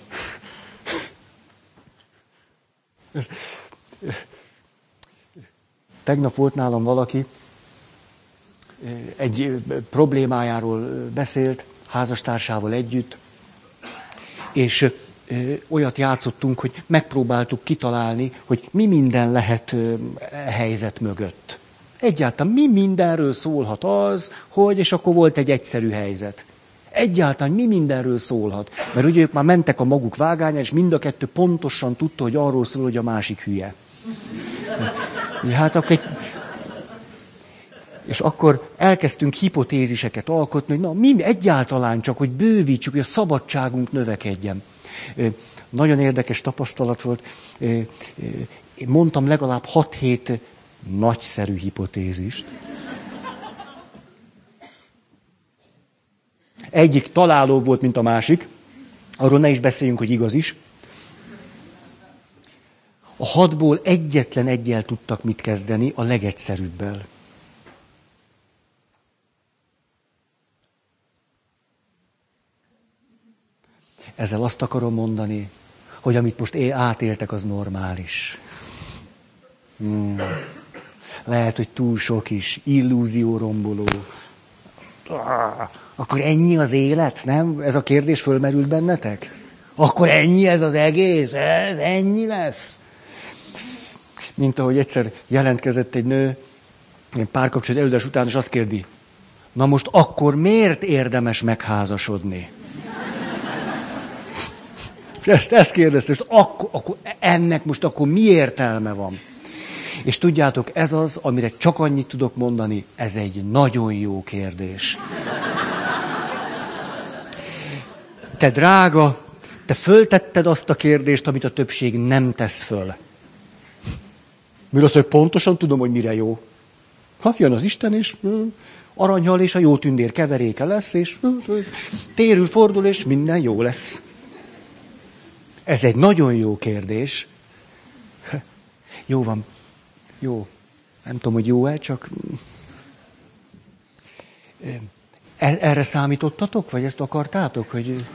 Tegnap volt nálam valaki, egy problémájáról beszélt, házastársával együtt, és olyat játszottunk, hogy megpróbáltuk kitalálni, hogy mi minden lehet helyzet mögött. Egyáltalán mi mindenről szólhat az, hogy, és akkor volt egy egyszerű helyzet. Egyáltalán mi mindenről szólhat. Mert ugye ők már mentek a maguk vágányán, és mind a kettő pontosan tudta, hogy arról szól, hogy a másik hülye. Hát akkor egy... És akkor elkezdtünk hipotéziseket alkotni, hogy na, mi egyáltalán csak, hogy bővítsük, hogy a szabadságunk növekedjen. Nagyon érdekes tapasztalat volt. Én mondtam legalább hat-hét nagyszerű hipotézist. Egyik találóbb volt, mint a másik. Arról ne is beszéljünk, hogy igaz is. A hatból egyetlen egyel tudtak mit kezdeni, a legegyszerűbbel. Ezzel azt akarom mondani, hogy amit most átéltek, az normális. Hmm. Lehet, hogy túl sok is, illúzióromboló. Ah, akkor ennyi az élet, nem? Ez a kérdés fölmerült bennetek? Akkor ennyi ez az egész? Ez ennyi lesz? Mint ahogy egyszer jelentkezett egy nő, ilyen párkapcsolat előzés után, és azt kérdi, na most akkor miért érdemes megházasodni? És ezt, ezt kérdezte, és akkor, akkor ennek most akkor mi értelme van? És tudjátok, ez az, amire csak annyit tudok mondani, ez egy nagyon jó kérdés. Te drága, te föltetted azt a kérdést, amit a többség nem tesz föl. Mire azt, hogy pontosan tudom, hogy mire jó. Ha jön az Isten, és aranyhal és a jó tündér keveréke lesz, és térül, fordul, és minden jó lesz. Ez egy nagyon jó kérdés. Jó van. Jó. Nem tudom, hogy jó-e, csak... Erre számítottatok, vagy ezt akartátok, hogy...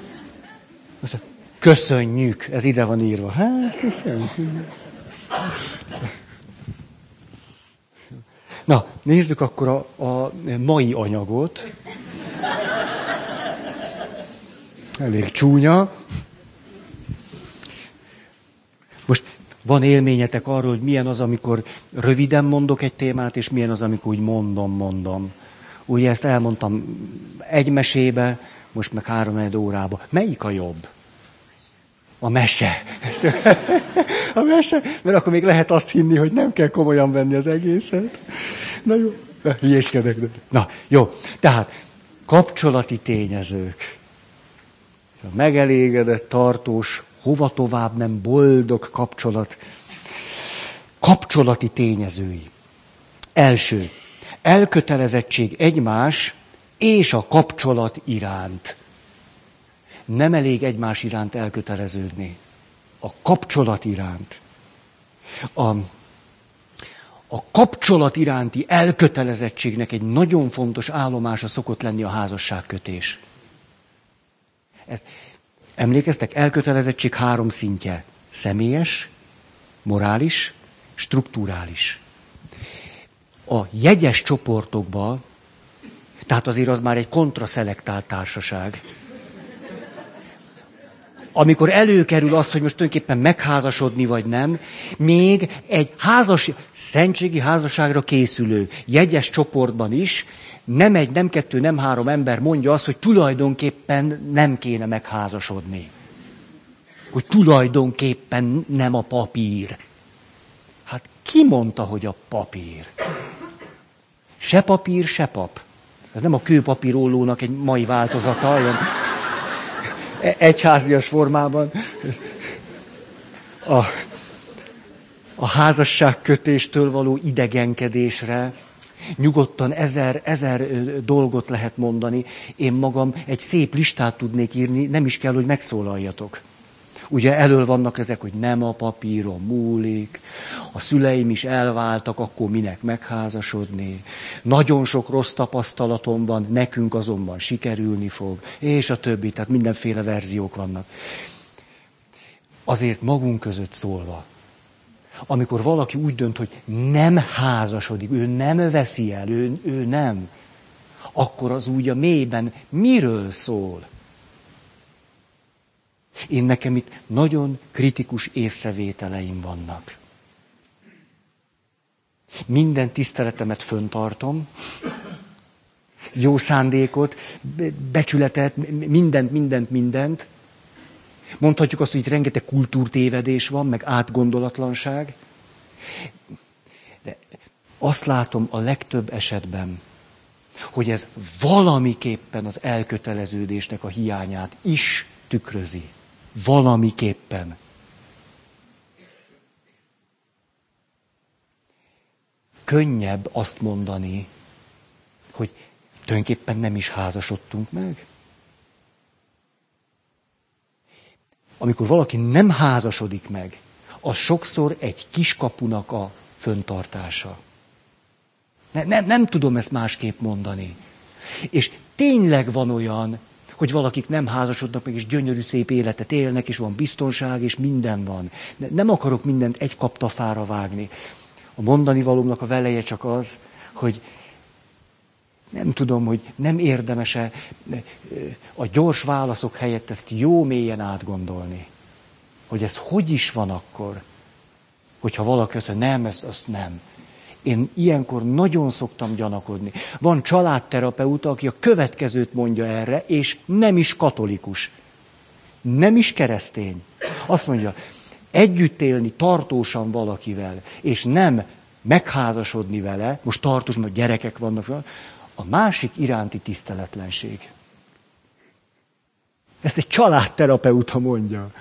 Köszönjük, ez ide van írva. Hát, köszönjük. Na, nézzük akkor a, a mai anyagot. Elég csúnya. Most van élményetek arról, hogy milyen az, amikor röviden mondok egy témát, és milyen az, amikor úgy mondom, mondom. Ugye ezt elmondtam egy mesébe, most meg három-négy órába. Melyik a jobb? A mese. A mese, mert akkor még lehet azt hinni, hogy nem kell komolyan venni az egészet. Na jó, hülyéskedek. Na jó, tehát kapcsolati tényezők. A megelégedett, tartós, hova tovább nem boldog kapcsolat. Kapcsolati tényezői. Első, elkötelezettség egymás és a kapcsolat iránt. Nem elég egymás iránt elköteleződni. A kapcsolat iránt. A, a kapcsolat iránti elkötelezettségnek egy nagyon fontos állomása szokott lenni a házasságkötés. Ez, emlékeztek, elkötelezettség három szintje. Személyes, morális, strukturális. A jegyes csoportokban, tehát azért az már egy kontraszelektált társaság, amikor előkerül az, hogy most tulajdonképpen megházasodni vagy nem, még egy házas, szentségi házasságra készülő jegyes csoportban is nem egy, nem kettő, nem három ember mondja azt, hogy tulajdonképpen nem kéne megházasodni. Hogy tulajdonképpen nem a papír. Hát ki mondta, hogy a papír? Se papír, se pap. Ez nem a kőpapírollónak egy mai változata, olyan egyházias formában. A, a házasságkötéstől való idegenkedésre nyugodtan ezer, ezer dolgot lehet mondani. Én magam egy szép listát tudnék írni, nem is kell, hogy megszólaljatok. Ugye elől vannak ezek, hogy nem a papíron múlik, a szüleim is elváltak, akkor minek megházasodni, nagyon sok rossz tapasztalatom van, nekünk azonban sikerülni fog, és a többi, tehát mindenféle verziók vannak. Azért magunk között szólva, amikor valaki úgy dönt, hogy nem házasodik, ő nem veszi el, ő, ő nem, akkor az úgy a mélyben miről szól? Én nekem itt nagyon kritikus észrevételeim vannak. Minden tiszteletemet föntartom, jó szándékot, becsületet, mindent, mindent, mindent. Mondhatjuk azt, hogy itt rengeteg kultúrtévedés van, meg átgondolatlanság. De azt látom a legtöbb esetben, hogy ez valamiképpen az elköteleződésnek a hiányát is tükrözi. Valamiképpen. Könnyebb azt mondani, hogy tulajdonképpen nem is házasodtunk meg. Amikor valaki nem házasodik meg, az sokszor egy kiskapunak a föntartása. Ne, nem, nem tudom ezt másképp mondani. És tényleg van olyan, hogy valakik nem házasodnak meg, és gyönyörű szép életet élnek, és van biztonság, és minden van. Nem akarok mindent egy kaptafára vágni. A mondani valómnak a veleje csak az, hogy nem tudom, hogy nem érdemes-e a gyors válaszok helyett ezt jó mélyen átgondolni. Hogy ez hogy is van akkor, hogyha valaki azt mondja, nem, ezt azt nem. Én ilyenkor nagyon szoktam gyanakodni. Van családterapeuta, aki a következőt mondja erre, és nem is katolikus. Nem is keresztény. Azt mondja, együtt élni tartósan valakivel, és nem megházasodni vele, most tartós, mert gyerekek vannak, a másik iránti tiszteletlenség. Ezt egy családterapeuta mondja.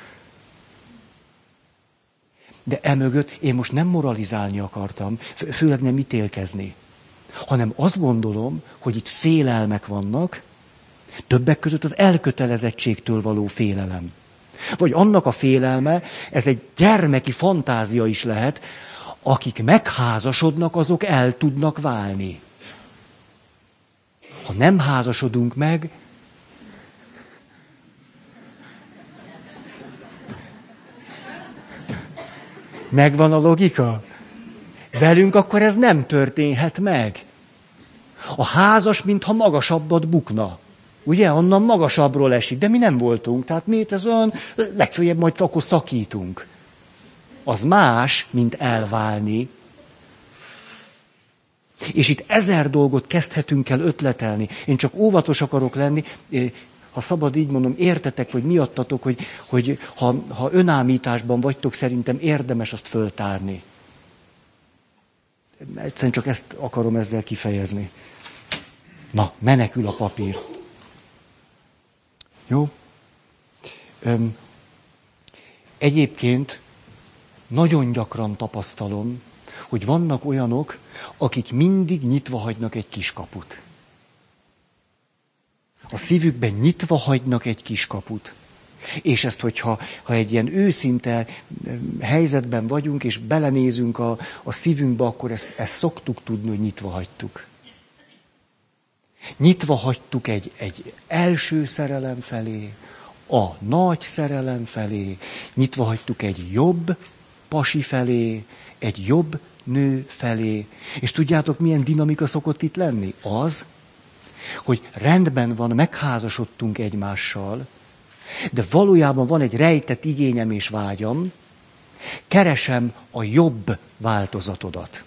De emögött én most nem moralizálni akartam, főleg nem ítélkezni, hanem azt gondolom, hogy itt félelmek vannak, többek között az elkötelezettségtől való félelem. Vagy annak a félelme, ez egy gyermeki fantázia is lehet, akik megházasodnak, azok el tudnak válni. Ha nem házasodunk meg, megvan a logika? Velünk akkor ez nem történhet meg. A házas, mintha magasabbat bukna. Ugye, onnan magasabbról esik, de mi nem voltunk. Tehát miért ez olyan, legfőjebb majd akkor szakítunk. Az más, mint elválni. És itt ezer dolgot kezdhetünk el ötletelni. Én csak óvatos akarok lenni, ha szabad így mondom, értetek, vagy miattatok, hogy, hogy ha, ha önámításban vagytok, szerintem érdemes azt föltárni. Egyszerűen csak ezt akarom ezzel kifejezni. Na, menekül a papír. Jó? Öm, egyébként nagyon gyakran tapasztalom, hogy vannak olyanok, akik mindig nyitva hagynak egy kiskaput. a szívükben nyitva hagynak egy kis kaput. És ezt, hogyha ha egy ilyen őszinte helyzetben vagyunk, és belenézünk a, a szívünkbe, akkor ezt, ezt szoktuk tudni, hogy nyitva hagytuk. Nyitva hagytuk egy, egy első szerelem felé, a nagy szerelem felé, nyitva hagytuk egy jobb pasi felé, egy jobb nő felé. És tudjátok, milyen dinamika szokott itt lenni? Az, hogy rendben van, megházasodtunk egymással, de valójában van egy rejtett igényem és vágyam, keresem a jobb változatodat.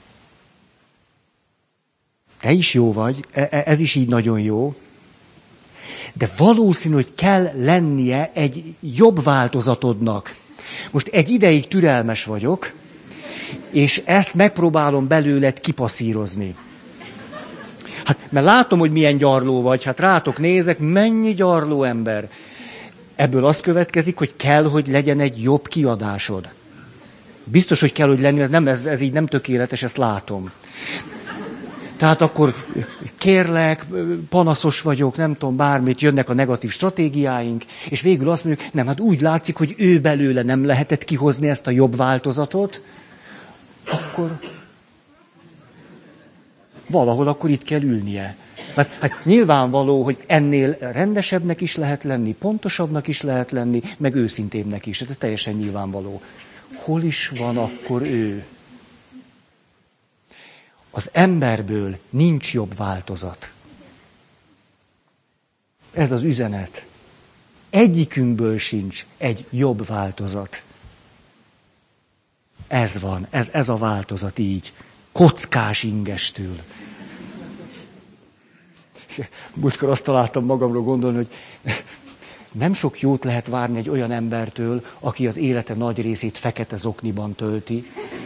Te is jó vagy, ez is így nagyon jó, de valószínű, hogy kell lennie egy jobb változatodnak. Most egy ideig türelmes vagyok, és ezt megpróbálom belőled kipasszírozni. Hát, mert látom, hogy milyen gyarló vagy, hát rátok nézek, mennyi gyarló ember. Ebből az következik, hogy kell, hogy legyen egy jobb kiadásod. Biztos, hogy kell, hogy lenni, ez, nem, ez, ez így nem tökéletes, ezt látom. Tehát akkor kérlek, panaszos vagyok, nem tudom, bármit, jönnek a negatív stratégiáink, és végül azt mondjuk, nem, hát úgy látszik, hogy ő belőle nem lehetett kihozni ezt a jobb változatot, akkor valahol akkor itt kell ülnie. Mert hát nyilvánvaló, hogy ennél rendesebbnek is lehet lenni, pontosabbnak is lehet lenni, meg őszintébbnek is. Hát ez teljesen nyilvánvaló. Hol is van akkor ő? Az emberből nincs jobb változat. Ez az üzenet. Egyikünkből sincs egy jobb változat. Ez van, ez, ez a változat így. Kockás ingestől. Múltkor azt találtam magamról gondolni, hogy nem sok jót lehet várni egy olyan embertől, aki az élete nagy részét fekete zokniban tölti.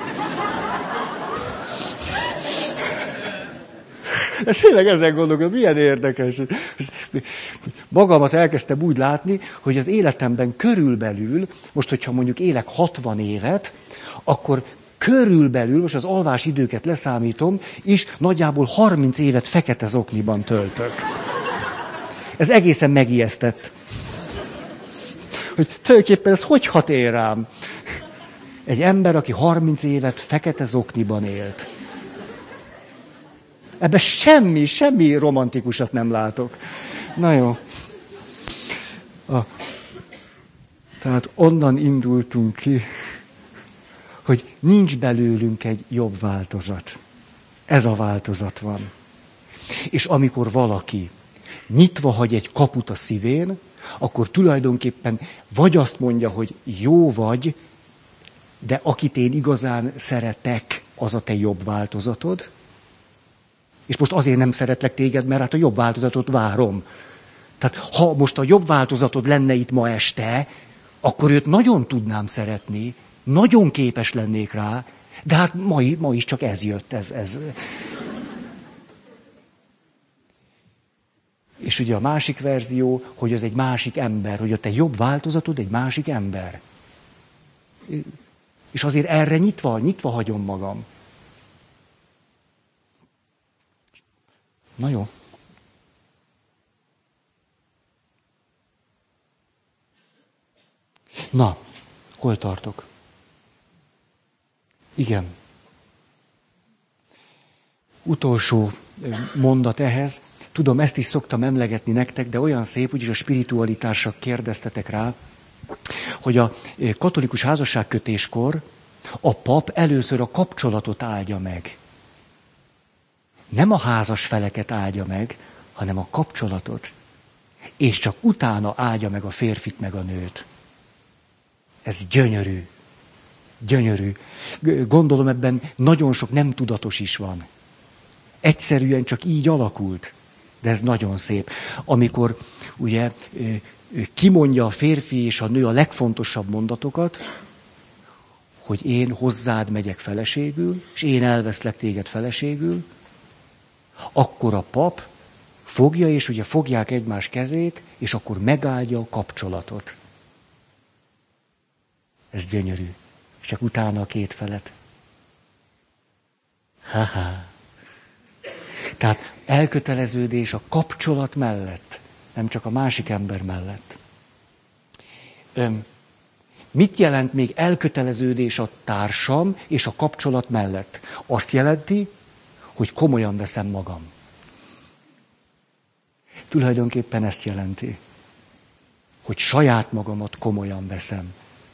Tényleg ezen gondolkodom, milyen érdekes. Magamat elkezdtem úgy látni, hogy az életemben körülbelül, most hogyha mondjuk élek hatvan évet, akkor körülbelül, most az alvás időket leszámítom, és nagyjából harminc évet fekete zokniban töltök. Ez egészen megijesztett. Hogy tulajdonképpen ez hogy hat ér rám? Egy ember, aki harminc évet fekete zokniban élt. Ebben semmi, semmi romantikusat nem látok. Na jó. A, tehát onnan indultunk ki, hogy nincs belőlünk egy jobb változat. Ez a változat van. És amikor valaki nyitva hagy egy kaput a szívén, akkor tulajdonképpen vagy azt mondja, hogy jó vagy, de akit én igazán szeretek, az a te jobb változatod. És most azért nem szeretlek téged, mert hát a jobb változatot várom. Tehát ha most a jobb változatod lenne itt ma este, akkor őt nagyon tudnám szeretni, nagyon képes lennék rá, de hát ma, ma is csak ez jött. Ez, ez. És ugye a másik verzió, hogy az egy másik ember, hogy a te jobb változatod egy másik ember. És azért erre nyitva, nyitva hagyom magam. Na jó. Na, hol tartok? Igen. Utolsó mondat ehhez. Tudom, ezt is szoktam emlegetni nektek, de olyan szép, úgyis a spiritualitásra kérdeztetek rá, hogy a katolikus házasságkötéskor a pap először a kapcsolatot áldja meg. Nem a házas feleket áldja meg, hanem a kapcsolatot. És csak utána áldja meg a férfit meg a nőt. Ez gyönyörű. Gyönyörű. Gondolom, ebben nagyon sok nem tudatos is van. Egyszerűen csak így alakult. De ez nagyon szép. Amikor ugye kimondja a férfi és a nő a legfontosabb mondatokat, hogy én hozzád megyek feleségül, és én elveszlek téged feleségül, akkor a pap fogja, és ugye fogják egymás kezét, és akkor megáldja a kapcsolatot. Ez gyönyörű. És csak utána a két felet. Ha-ha. Tehát elköteleződés a kapcsolat mellett. nem csak a másik ember mellett. Öm, mit jelent még elköteleződés a társam és a kapcsolat mellett? Azt jelenti, hogy komolyan veszem magam. Tulajdonképpen ezt jelenti, hogy saját magamat komolyan veszem.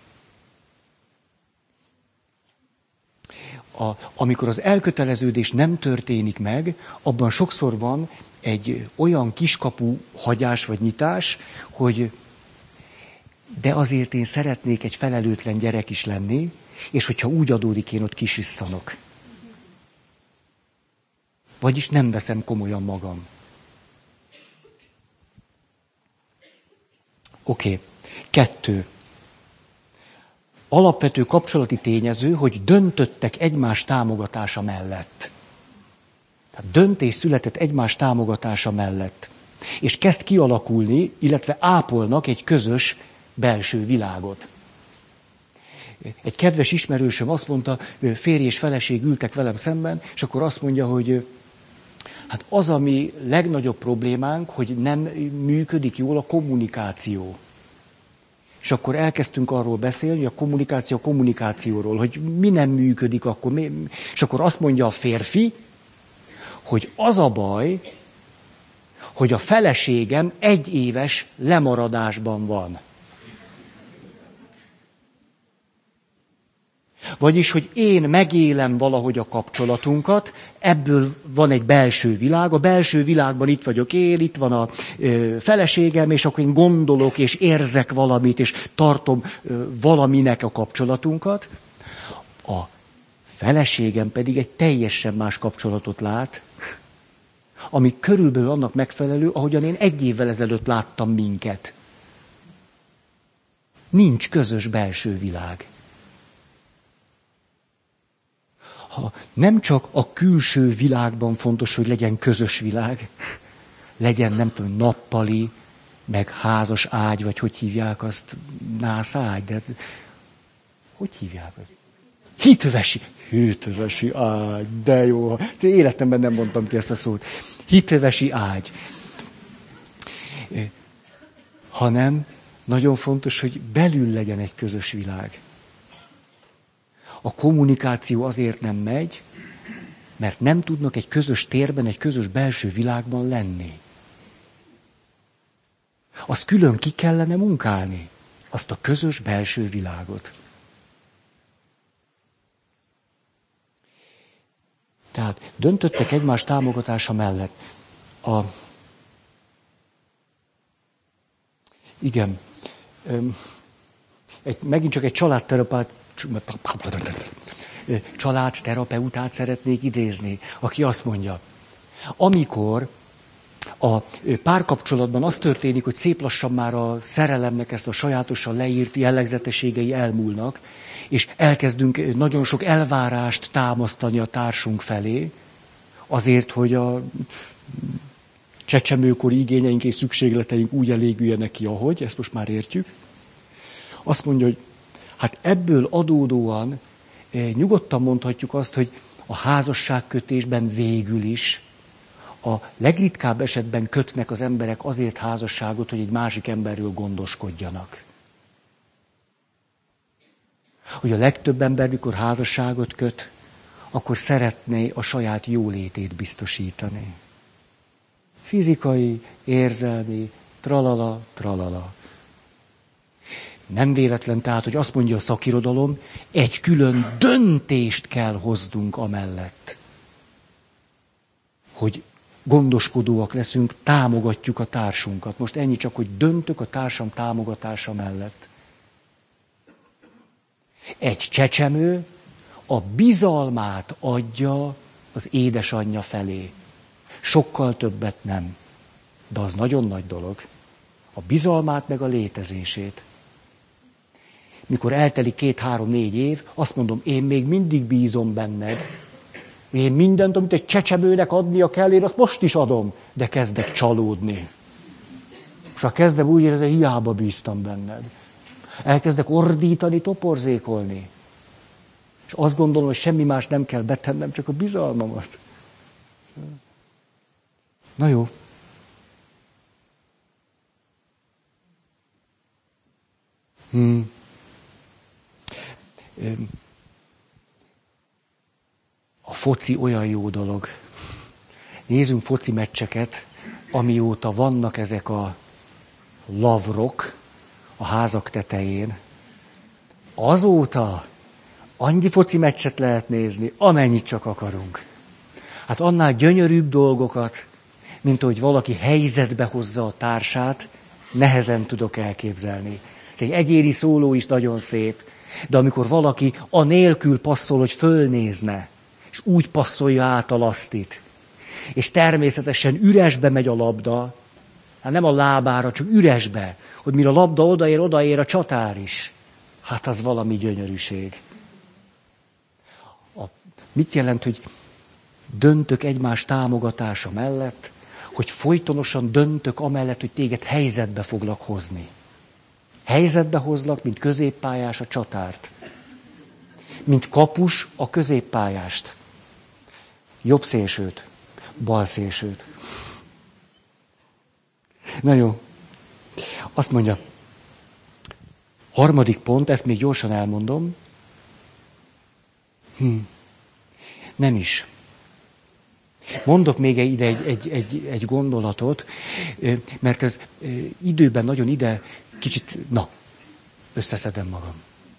A, amikor az elköteleződés nem történik meg, abban sokszor van egy olyan kiskapu hagyás vagy nyitás, hogy de azért én szeretnék egy felelőtlen gyerek is lenni, és hogyha úgy adódik, én ott kisisszanok. Vagyis nem veszem komolyan magam. Oké. Okay. Kettő. Alapvető kapcsolati tényező, hogy döntöttek egymás támogatása mellett. Tehát döntés született egymás támogatása mellett. És kezd kialakulni, illetve ápolnak egy közös belső világot. Egy kedves ismerősöm azt mondta, férj és feleség ültek velem szemben, és akkor azt mondja, hogy hát az, ami legnagyobb problémánk, hogy nem működik jól a kommunikáció. És akkor elkezdtünk arról beszélni, hogy a kommunikáció a kommunikációról, hogy mi nem működik akkor. Mi... És akkor azt mondja a férfi, hogy az a baj, hogy a feleségem egy éves lemaradásban van. Vagyis, hogy én megélem valahogy a kapcsolatunkat, ebből van egy belső világ, a belső világban itt vagyok én, itt van a ö, feleségem, és akkor én gondolok és érzek valamit, és tartom ö, valaminek a kapcsolatunkat. A feleségem pedig egy teljesen más kapcsolatot lát, ami körülbelül annak megfelelő, ahogyan én egy évvel ezelőtt láttam minket. Nincs közös belső világ. Ha nem csak a külső világban fontos, hogy legyen közös világ, legyen nem tudom, nappali, meg házas ágy, vagy hogy hívják azt, nászágy, de hogy hívják azt? Hitvesi, hitvesi ágy, de jó. Életemben nem mondtam ki ezt a szót. Hitvesi ágy. Hanem nagyon fontos, hogy belül legyen egy közös világ. A kommunikáció azért nem megy, mert nem tudnak egy közös térben, egy közös belső világban lenni. Azt külön ki kellene munkálni, azt a közös belső világot. Tehát döntöttek egymás támogatása mellett. A... Igen. Egy, megint csak egy családterapeut, családterapeutát szeretnék idézni, aki azt mondja, amikor a párkapcsolatban az történik, hogy szép lassan már a szerelemnek ezt a sajátosan leírt jellegzetességei elmúlnak, és elkezdünk nagyon sok elvárást támasztani a társunk felé, azért, hogy a csecsemőkori igényeink és szükségleteink úgy elégüljenek ki, ahogy, ezt most már értjük. Azt mondja, hogy hát ebből adódóan nyugodtan mondhatjuk azt, hogy a házasságkötésben végül is a legritkább esetben kötnek az emberek azért házasságot, hogy egy másik emberről gondoskodjanak. Hogy a legtöbb ember, mikor házasságot köt, akkor szeretné a saját jólétét biztosítani. Fizikai, érzelmi, tralala, tralala. Nem véletlen tehát, hogy azt mondja a szakirodalom, egy külön döntést kell hoznunk amellett, hogy gondoskodóak leszünk, támogatjuk a társunkat. Most ennyi csak, hogy döntök a társam támogatása mellett. Egy csecsemő a bizalmát adja az édesanyja felé. Sokkal többet nem. De az nagyon nagy dolog. A bizalmát meg a létezését. Mikor eltelik két, három, négy év, azt mondom, én még mindig bízom benned. Én mindent, amit egy csecsemőnek adnia kell, én azt most is adom, de kezdek csalódni. És ha kezdem úgy érezni, hogy hiába bíztam benned. Elkezdek ordítani, toporzékolni. És azt gondolom, hogy semmi más nem kell betennem, csak a bizalmamat. Na jó. Hmm. A foci olyan jó dolog. Nézzünk foci meccseket, amióta vannak ezek a lavrok a házak tetején. Azóta annyi foci meccset lehet nézni, amennyit csak akarunk. Hát annál gyönyörűbb dolgokat, mint hogy valaki helyzetbe hozza a társát, nehezen tudok elképzelni. Egy egyéni szóló is nagyon szép, de amikor valaki anélkül passzol, hogy fölnézne, és úgy passzolja át a lasztit, és természetesen üresbe megy a labda, hát nem a lábára, csak üresbe, hogy mire a labda odaér, odaér a csatár is. Hát az valami gyönyörűség. A, mit jelent, hogy döntök egymás támogatása mellett, hogy folytonosan döntök amellett, hogy téged helyzetbe foglak hozni. Helyzetbe hozlak, mint középpályás a csatárt. Mint kapus a középpályást. Jobb szélsőt, bal szélsőt. Na jó. Azt mondja, harmadik pont, ezt még gyorsan elmondom. Hm. Nem is. Mondok még ide egy, egy, egy, egy gondolatot, mert ez időben nagyon ide kicsit, na, összeszedem magam.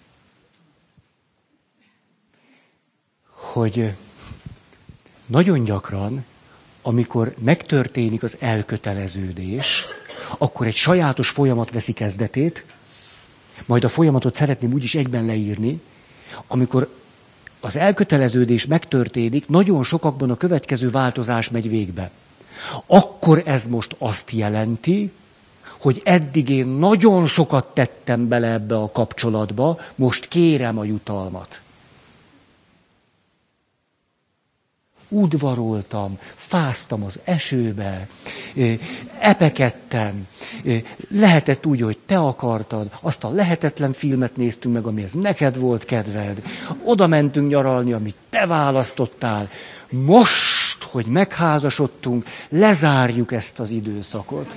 Hogy nagyon gyakran, amikor megtörténik az elköteleződés, akkor egy sajátos folyamat veszi kezdetét, majd a folyamatot szeretném úgyis egyben leírni, amikor az elköteleződés megtörténik, nagyon sokakban a következő változás megy végbe. Akkor ez most azt jelenti, hogy eddig én nagyon sokat tettem bele ebbe a kapcsolatba, most kérem a jutalmat. Udvaroltam, fáztam az esőbe, epekedtem, lehetett úgy, hogy te akartad, azt a lehetetlen filmet néztünk meg, amihez neked volt kedved, oda mentünk nyaralni, amit te választottál. Most, hogy megházasodtunk, lezárjuk ezt az időszakot.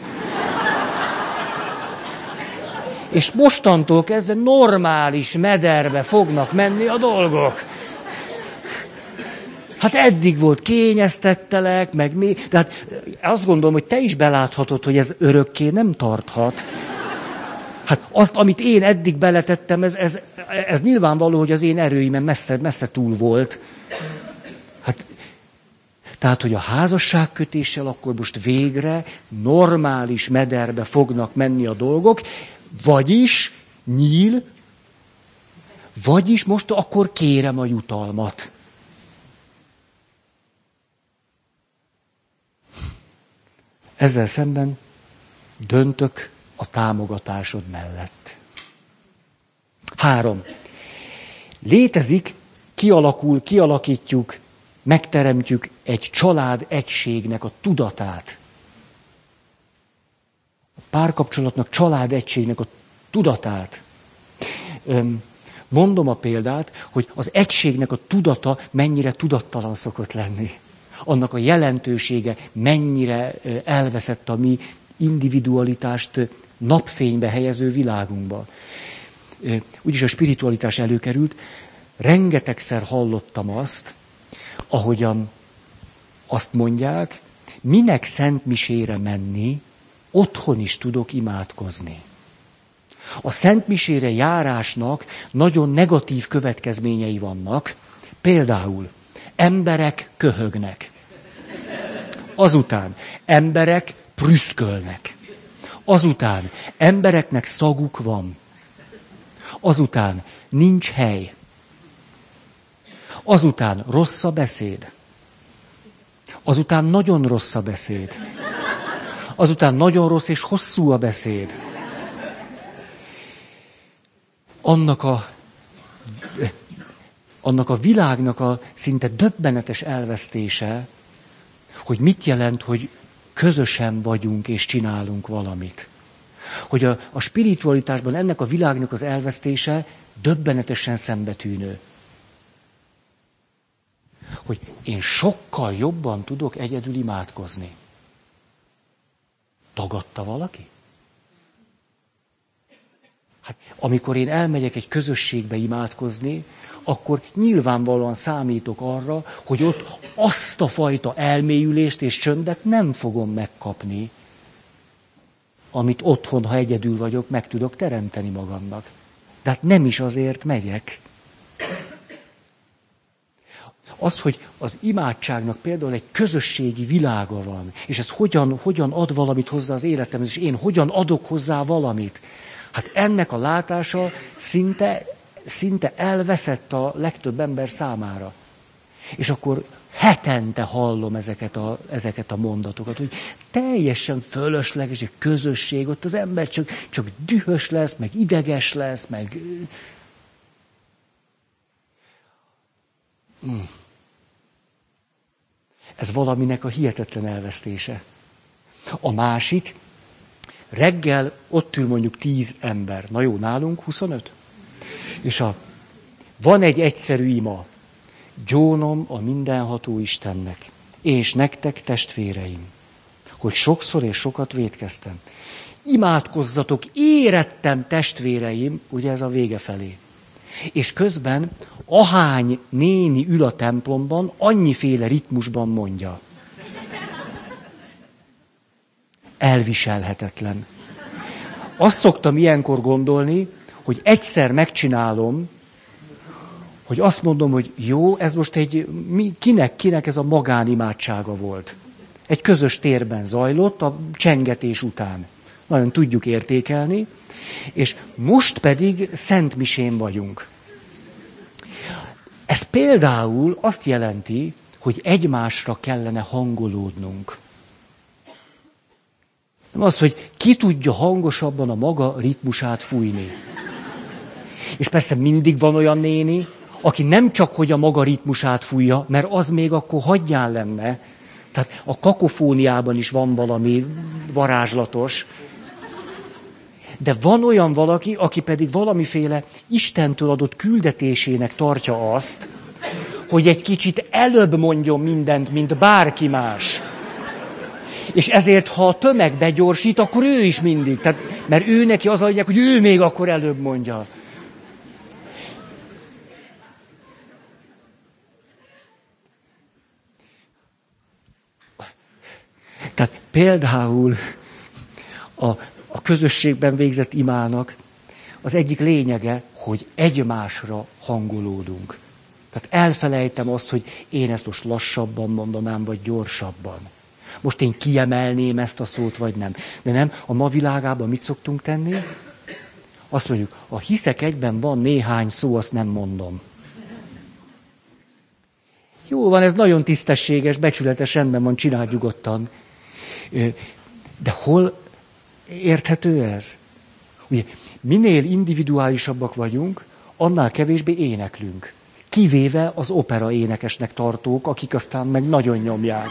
És mostantól kezdve normális mederbe fognak menni a dolgok. Hát eddig volt, kényeztettelek, meg mi. Tehát azt gondolom, hogy te is beláthatod, hogy ez örökké nem tarthat. Hát azt, amit én eddig beletettem, ez, ez, ez nyilvánvaló, hogy az én erőimen messze, messze túl volt. Hát, tehát, hogy a házasságkötéssel akkor most végre normális mederbe fognak menni a dolgok, vagyis nyíl, vagyis most akkor kérem a jutalmat. Ezzel szemben döntök a támogatásod mellett. Három. Létezik, kialakul, kialakítjuk, megteremtjük egy család egységnek a tudatát. A párkapcsolatnak család egységnek a tudatát. Mondom a példát, hogy az egységnek a tudata mennyire tudattalan szokott lenni. Annak a jelentősége mennyire elveszett a mi individualitást napfénybe helyező világunkba. Úgyis a spiritualitás előkerült, rengetegszer hallottam azt, ahogyan azt mondják, minek szentmisére menni, otthon is tudok imádkozni. A szentmisére járásnak nagyon negatív következményei vannak, például emberek köhögnek. Azután emberek prüszkölnek. Azután embereknek szaguk van. Azután nincs hely. Azután rossz a beszéd. Azután nagyon rossz a beszéd. Azután nagyon rossz és hosszú a beszéd. Annak a, annak a világnak a szinte döbbenetes elvesztése, hogy mit jelent, hogy közösen vagyunk és csinálunk valamit. Hogy a, a spiritualitásban ennek a világnak az elvesztése döbbenetesen szembetűnő. Hogy én sokkal jobban tudok egyedül imádkozni. Tagadta valaki? Hát amikor én elmegyek egy közösségbe imádkozni, akkor nyilvánvalóan számítok arra, hogy ott azt a fajta elmélyülést és csöndet nem fogom megkapni, amit otthon, ha egyedül vagyok, meg tudok teremteni magamnak. Tehát nem is azért megyek. Az, hogy az imádságnak például egy közösségi világa van, és ez hogyan, hogyan ad valamit hozzá az életemhez, és én hogyan adok hozzá valamit, hát ennek a látása szinte, szinte elveszett a legtöbb ember számára. És akkor hetente hallom ezeket a, ezeket a mondatokat, hogy teljesen fölösleges, egy közösség, ott az ember csak, csak dühös lesz, meg ideges lesz, meg... Hmm. Ez valaminek a hihetetlen elvesztése. A másik, reggel ott ül mondjuk tíz ember, na jó, nálunk huszonöt. És a, van egy egyszerű ima, gyónom a mindenható Istennek, és nektek testvéreim, hogy sokszor és sokat vétkeztem. Imádkozzatok, érettem testvéreim, ugye ez a vége felé. És közben ahány néni ül a templomban, annyiféle ritmusban mondja. Elviselhetetlen. Azt szoktam ilyenkor gondolni, hogy egyszer megcsinálom, hogy azt mondom, hogy jó, ez most egy, mi, kinek, kinek ez a magánimádsága volt. Egy közös térben zajlott a csengetés után. Nagyon tudjuk értékelni, és most pedig szentmisén vagyunk. Ez például azt jelenti, hogy egymásra kellene hangolódnunk. Nem az, hogy ki tudja hangosabban a maga ritmusát fújni. És persze mindig van olyan néni, aki nem csak hogy a maga ritmusát fújja, mert az még akkor hagyján lenne. Tehát a kakofóniában is van valami varázslatos. De van olyan valaki, aki pedig valamiféle Istentől adott küldetésének tartja azt, hogy egy kicsit előbb mondjon mindent, mint bárki más. És ezért, ha a tömeg begyorsít, akkor ő is mindig. Tehát, mert ő neki az a lényeg, hogy ő még akkor előbb mondja. Tehát például a, a közösségben végzett imának az egyik lényege, hogy egymásra hangolódunk. Tehát elfelejtem azt, hogy én ezt most lassabban mondanám, vagy gyorsabban. Most én kiemelném ezt a szót, vagy nem. De nem, a ma világában mit szoktunk tenni? Azt mondjuk, a hiszek egyben van néhány szó, azt nem mondom. Jó van, ez nagyon tisztességes, becsületes, rendben van, csináld nyugodtan. De hol érthető ez? Ugye, minél individuálisabbak vagyunk, annál kevésbé éneklünk. Kivéve az opera énekesnek tartók, akik aztán meg nagyon nyomják.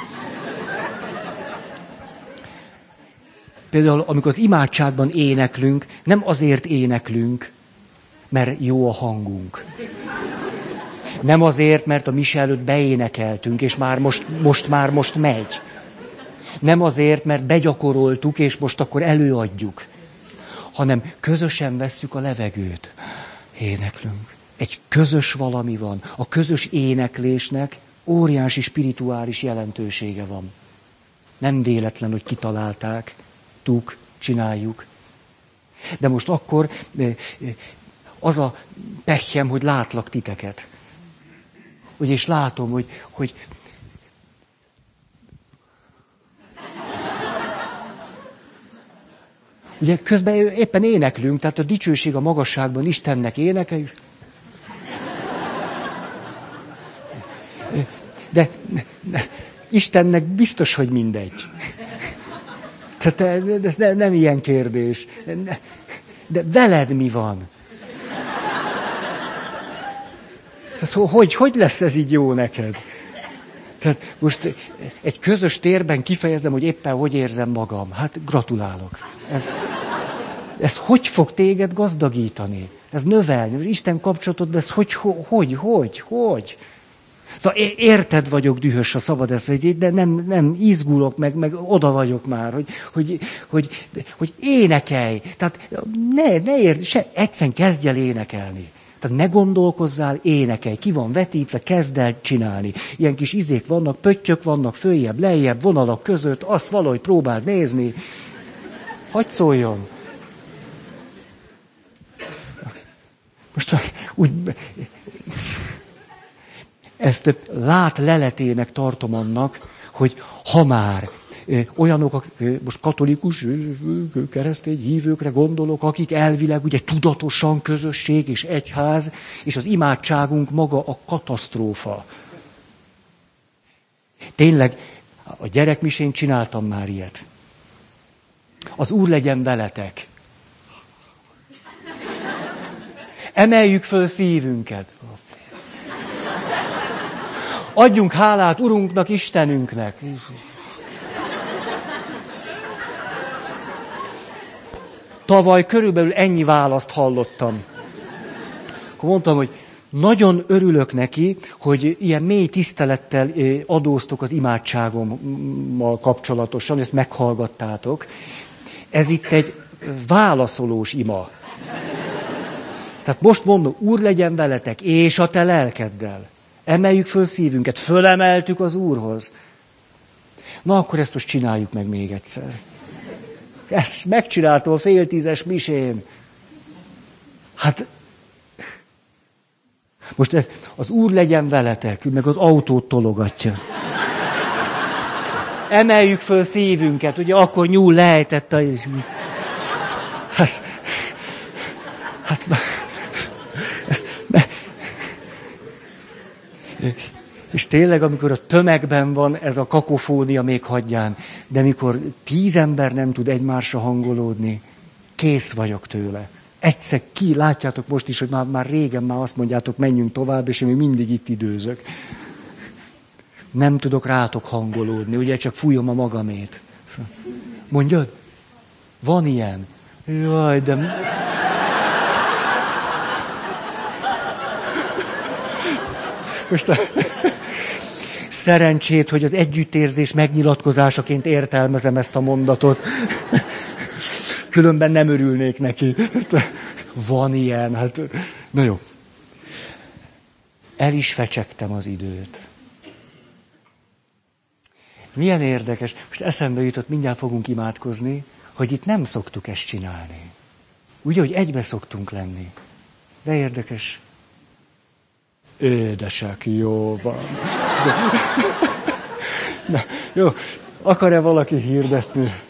Például, amikor az imádságban éneklünk, nem azért éneklünk, mert jó a hangunk. Nem azért, mert a mise előtt beénekeltünk, és már most, most már most megy. Nem azért, mert begyakoroltuk, és most akkor előadjuk. Hanem közösen vesszük a levegőt. Éneklünk. Egy közös valami van. A közös éneklésnek óriási spirituális jelentősége van. Nem véletlen, hogy kitalálták. Tuk, csináljuk. De most akkor az a pehjem, hogy látlak titeket. Ugye, és látom, hogy, hogy ugye közben éppen éneklünk, tehát a dicsőség a magasságban Istennek énekel. De Istennek biztos, hogy mindegy. Tehát ez nem ilyen kérdés. De veled mi van? Tehát hogy, hogy lesz ez így jó neked? Tehát most egy közös térben kifejezem, hogy éppen hogy érzem magam. Hát gratulálok. Ez, ez hogy fog téged gazdagítani? Ez növelni. Isten kapcsolatodban ez hogy, hogy, hogy, hogy? Szóval érted vagyok dühös, ha szabad ezt, de nem, nem izgulok, meg, meg oda vagyok már, hogy, hogy, hogy, hogy énekelj. Tehát ne, ne érd, se, egyszerűen kezdj el énekelni. Tehát ne gondolkozzál, énekelj. Ki van vetítve, kezd el csinálni. Ilyen kis izék vannak, pöttyök vannak, följebb, lejjebb, vonalak között, azt valahogy próbáld nézni. Hadd szóljon. Most úgy... Ezt lát leletének tartom annak, hogy ha már olyanok, most katolikus, keresztény hívőkre gondolok, akik elvileg ugye tudatosan közösség és egyház, és az imádságunk maga a katasztrófa. Tényleg, a gyerekmisén csináltam már ilyet. Az Úr legyen veletek. Emeljük föl szívünket. Adjunk hálát Urunknak, Istenünknek. Tavaly körülbelül ennyi választ hallottam. Akkor mondtam, hogy nagyon örülök neki, hogy ilyen mély tisztelettel adóztok az imádságommal kapcsolatosan, ezt meghallgattátok. Ez itt egy válaszolós ima. Tehát most mondom, Úr legyen veletek, és a te lelkeddel. Emeljük föl szívünket, fölemeltük az Úrhoz. Na, akkor ezt most csináljuk meg még egyszer. Ezt megcsináltam a fél tízes misén. Hát, most ez, az Úr legyen veletek, meg az autót tologatja. Emeljük föl szívünket, ugye akkor nyúl lejtette. Hát, hát, ezt, és tényleg, amikor a tömegben van ez a kakofónia, még hagyján, de mikor tíz ember nem tud egymásra hangolódni, kész vagyok tőle. Egyszer ki, látjátok most is, hogy már, már régen már azt mondjátok, menjünk tovább, és én még mindig itt időzök. Nem tudok rátok hangolódni, ugye csak fújom a magamét. Mondjad? Van ilyen? Jaj, de... Most a... Szerencsét, hogy az együttérzés megnyilatkozásaként értelmezem ezt a mondatot. Különben nem örülnék neki. Van ilyen, hát... Na jó. El is fecsegtem az időt. Milyen érdekes. Most eszembe jutott, mindjárt fogunk imádkozni, hogy itt nem szoktuk ezt csinálni. Ugye, hogy egybe szoktunk lenni. De érdekes. Édesek, jó van. Na, jó, akar-e valaki hirdetni?